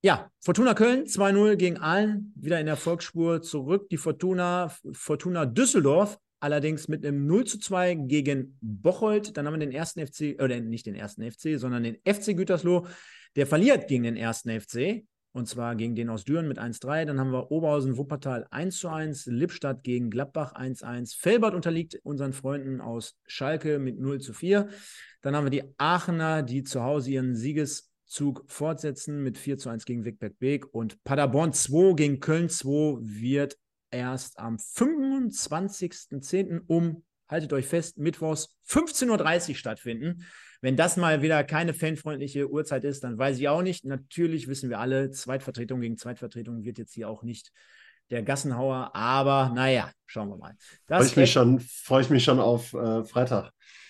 Ja, Fortuna Köln zwei null gegen Aalen, wieder in der Erfolgsspur zurück. Die Fortuna, Fortuna Düsseldorf, allerdings mit einem null zu zwei gegen Bocholt. Dann haben wir den ersten F C, oder nicht den ersten F C, sondern den F C Gütersloh. Der verliert gegen den ersten F C, und zwar gegen den aus Düren mit eins zu drei. Dann haben wir Oberhausen-Wuppertal eins zu eins, Lippstadt gegen Gladbach eins zu eins. Velbert unterliegt unseren Freunden aus Schalke mit null zu vier. Dann haben wir die Aachener, die zu Hause ihren Sieges Zug fortsetzen mit vier zu eins gegen Wickberg Beek, und Paderborn zwei gegen Köln zwei wird erst am fünfundzwanzigsten zehnten um, haltet euch fest, mittwochs fünfzehn Uhr dreißig stattfinden. Wenn das mal wieder keine fanfreundliche Uhrzeit ist, dann weiß ich auch nicht. Natürlich wissen wir alle, Zweitvertretung gegen Zweitvertretung wird jetzt hier auch nicht der Gassenhauer, aber naja, schauen wir mal. Freue ich mich schon, freue ich mich schon auf äh, Freitag.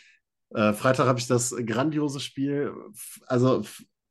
Äh, Freitag habe ich das grandiose Spiel, also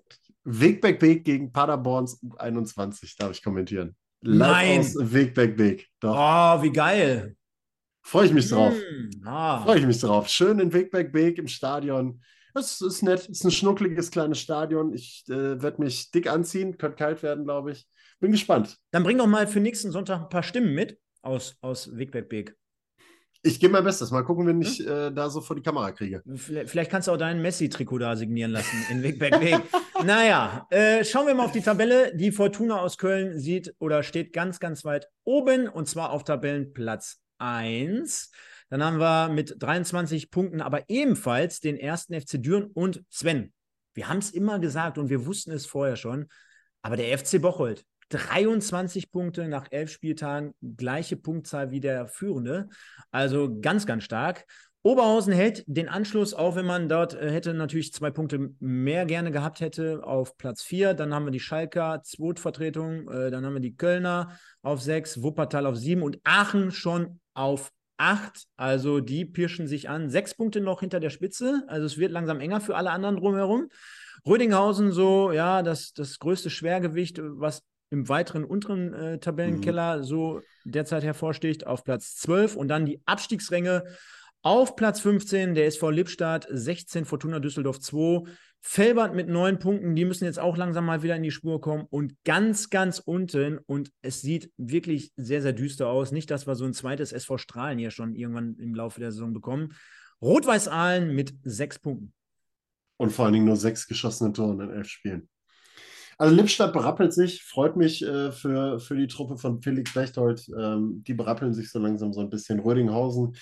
Wegberg Beek gegen Paderborns U einundzwanzig, darf ich kommentieren. Live Nein. aus Wegberg Beek. Doch. Oh, wie geil. Freue ich mich drauf. Hm, ah. Freue ich mich drauf. Schön in Wegberg Beek im Stadion. Das ist nett. Ist ein schnuckliges kleines Stadion. Ich äh, werde mich dick anziehen. Könnte kalt werden, glaube ich. Bin gespannt. Dann bring doch mal für nächsten Sonntag ein paar Stimmen mit aus, aus Wegberg Beek. Ich gebe mein Bestes. Mal gucken, wenn ich hm? äh, da so vor die Kamera kriege. Vielleicht, vielleicht kannst du auch dein Messi-Trikot da signieren lassen in Wegberg Beek. Naja, äh, schauen wir mal auf die Tabelle. Die Fortuna aus Köln sieht oder steht ganz, ganz weit oben, und zwar auf Tabellenplatz eins. Dann haben wir mit dreiundzwanzig Punkten aber ebenfalls den ersten F C Düren und Sven. Wir haben es immer gesagt und wir wussten es vorher schon, aber der F C Bocholt, dreiundzwanzig Punkte nach elf Spieltagen, gleiche Punktzahl wie der Führende. Also ganz, ganz stark. Oberhausen hält den Anschluss, auch wenn man dort äh, hätte natürlich zwei Punkte mehr gerne gehabt hätte, auf Platz vier. Dann haben wir die Schalker, Zweitvertretung. Äh, dann haben wir die Kölner auf sechs, Wuppertal auf sieben und Aachen schon auf acht. Also die pirschen sich an. Sechs Punkte noch hinter der Spitze. Also es wird langsam enger für alle anderen drumherum. Rödinghausen so, ja, das, das größte Schwergewicht, was im weiteren unteren äh, Tabellenkeller mhm. so derzeit hervorsticht, auf Platz zwölf. Und dann die Abstiegsränge auf Platz fünfzehn, der S V Lippstadt, sechzehn, Fortuna Düsseldorf zwei, Velbert mit neun Punkten, die müssen jetzt auch langsam mal wieder in die Spur kommen, und ganz, ganz unten, und es sieht wirklich sehr, sehr düster aus, nicht, dass wir so ein zweites S V Strahlen hier schon irgendwann im Laufe der Saison bekommen, Rot-Weiß Aalen mit sechs Punkten. Und vor allen Dingen nur sechs geschossene Tore in elf Spielen. Also Lippstadt berappelt sich, freut mich äh, für, für die Truppe von Felix Bechtold. Ähm, die berappeln sich so langsam so ein bisschen. Rödinghausen,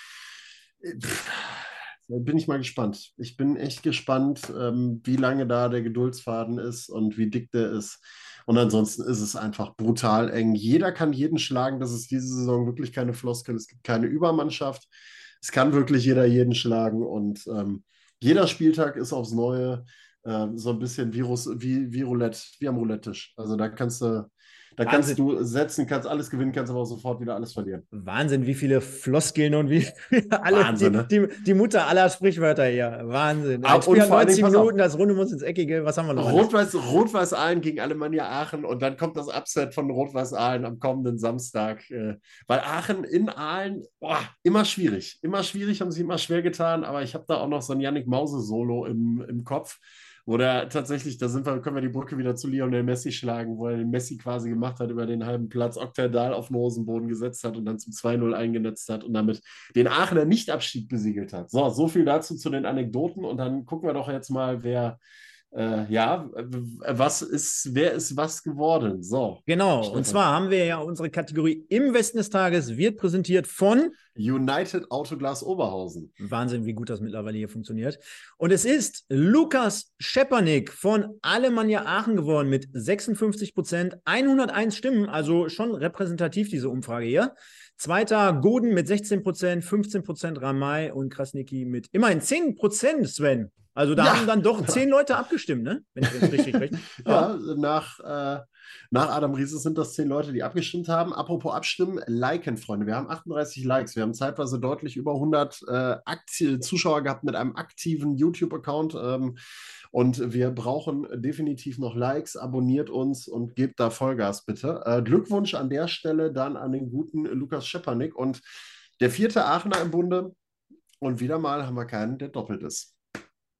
pff, bin ich mal gespannt. Ich bin echt gespannt, ähm, wie lange da der Geduldsfaden ist und wie dick der ist. Und ansonsten ist es einfach brutal eng. Jeder kann jeden schlagen. Das ist diese Saison wirklich keine Floskel. Es gibt keine Übermannschaft. Es kann wirklich jeder jeden schlagen. Und ähm, jeder Spieltag ist aufs Neue äh, so ein bisschen Virus, wie, wie Roulette, wie am Roulette-Tisch. Also da kannst du, da kannst du setzen, kannst alles gewinnen, kannst aber auch sofort wieder alles verlieren. Wahnsinn, wie viele Floskeln und wie alle, Wahnsinn, die, ne? die, die Mutter aller Sprichwörter hier. Wahnsinn. Ah, Ein Spiel hat neunzig Dingen, Minuten, das Runde muss ins Eckige. Was haben wir noch? Rot-Weiß, Rot-Weiß Aalen gegen Alemannia Aachen, und dann kommt das Upset von Rot-Weiß Aalen am kommenden Samstag. Äh, weil Aachen in Aalen, boah, immer schwierig. Immer schwierig, haben sie immer schwer getan, aber ich habe da auch noch so ein Yannick Mause-Solo im, im Kopf. Oder tatsächlich, da sind wir, können wir die Brücke wieder zu Lionel Messi schlagen, wo er den Messi quasi gemacht hat über den halben Platz, Okterdal auf den Hosenboden gesetzt hat und dann zum zwei null eingenetzt hat und damit den Aachener Nichtabstieg besiegelt hat. So, so viel dazu zu den Anekdoten, und dann gucken wir doch jetzt mal, wer Äh, ja, was ist, wer ist was geworden? So. Genau, Stefan. Und zwar haben wir ja unsere Kategorie im Westen des Tages, wird präsentiert von United Autoglas Oberhausen. Wahnsinn, wie gut das mittlerweile hier funktioniert. Und es ist Lukas Schepernick von Alemannia Aachen geworden mit sechsundfünfzig Prozent, hunderteins Stimmen, also schon repräsentativ diese Umfrage hier. Zweiter Goden mit sechzehn Prozent, fünfzehn Prozent Ramay und Krasnicki mit immerhin zehn Prozent, Sven. Also da ja. haben dann doch zehn Leute abgestimmt, ne? Wenn ich das richtig rechne. Ja, nach, äh, nach Adam Riese sind das zehn Leute, die abgestimmt haben. Apropos abstimmen, liken, Freunde. Wir haben achtunddreißig Likes. Wir haben zeitweise deutlich über hundert äh, Zuschauer gehabt mit einem aktiven YouTube-Account. Ähm, und wir brauchen definitiv noch Likes. Abonniert uns und gebt da Vollgas, bitte. Äh, Glückwunsch an der Stelle dann an den guten Lukas Schepernick. Und der vierte Aachener im Bunde. Und wieder mal haben wir keinen, der doppelt ist.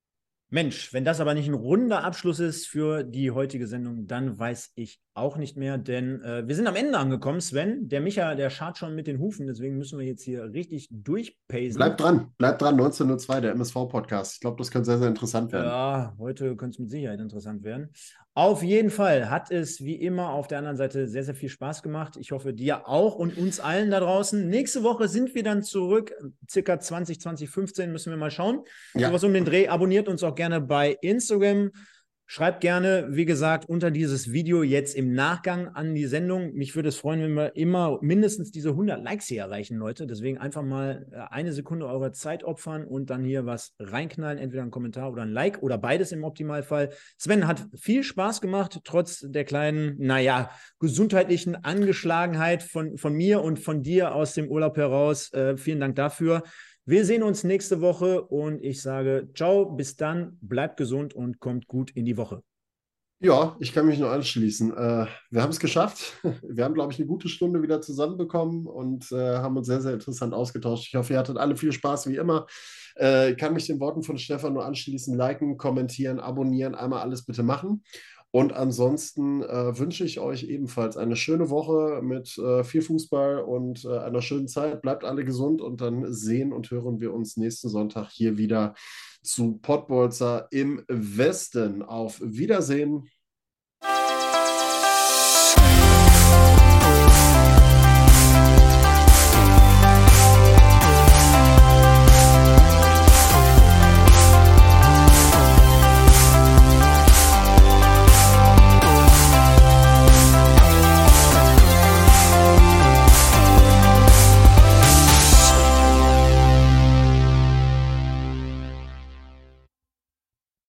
Mensch, wenn das aber nicht ein runder Abschluss ist für die heutige Sendung, dann weiß ich auch nicht mehr, denn äh, wir sind am Ende angekommen, Sven. Der Micha, der scharrt schon mit den Hufen, deswegen müssen wir jetzt hier richtig durchpacen. Bleib dran, bleib dran, neunzehn Uhr zwei, der M S V-Podcast. Ich glaube, das könnte sehr, sehr interessant werden. Ja, heute könnte es mit Sicherheit interessant werden. Auf jeden Fall hat es wie immer auf der anderen Seite sehr, sehr viel Spaß gemacht. Ich hoffe, dir auch und uns allen da draußen. Nächste Woche sind wir dann zurück. Circa zwanzig, zwanzig fünfzehn müssen wir mal schauen. Ja, Sowas um den Dreh. Abonniert uns auch gerne bei Instagram. Schreibt gerne, wie gesagt, unter dieses Video jetzt im Nachgang an die Sendung. Mich würde es freuen, wenn wir immer mindestens diese hundert Likes hier erreichen, Leute. Deswegen einfach mal eine Sekunde eurer Zeit opfern und dann hier was reinknallen. Entweder ein Kommentar oder ein Like oder beides im Optimalfall. Sven, hat viel Spaß gemacht, trotz der kleinen, naja, gesundheitlichen Angeschlagenheit von, von mir und von dir aus dem Urlaub heraus. Äh, vielen Dank dafür. Wir sehen uns nächste Woche und ich sage ciao, bis dann, bleibt gesund und kommt gut in die Woche. ja, ich kann mich nur anschließen. Äh, wir haben es geschafft. Wir haben, glaube ich, eine gute Stunde wieder zusammenbekommen und äh, haben uns sehr, sehr interessant ausgetauscht. Ich hoffe, ihr hattet alle viel Spaß, wie immer. Äh, kann mich den Worten von Stefan nur anschließen. Liken, kommentieren, abonnieren, einmal alles bitte machen. Und ansonsten äh, wünsche ich euch ebenfalls eine schöne Woche mit äh, viel Fußball und äh, einer schönen Zeit. Bleibt alle gesund und dann sehen und hören wir uns nächsten Sonntag hier wieder zu Pottbolzer im Westen. Auf Wiedersehen.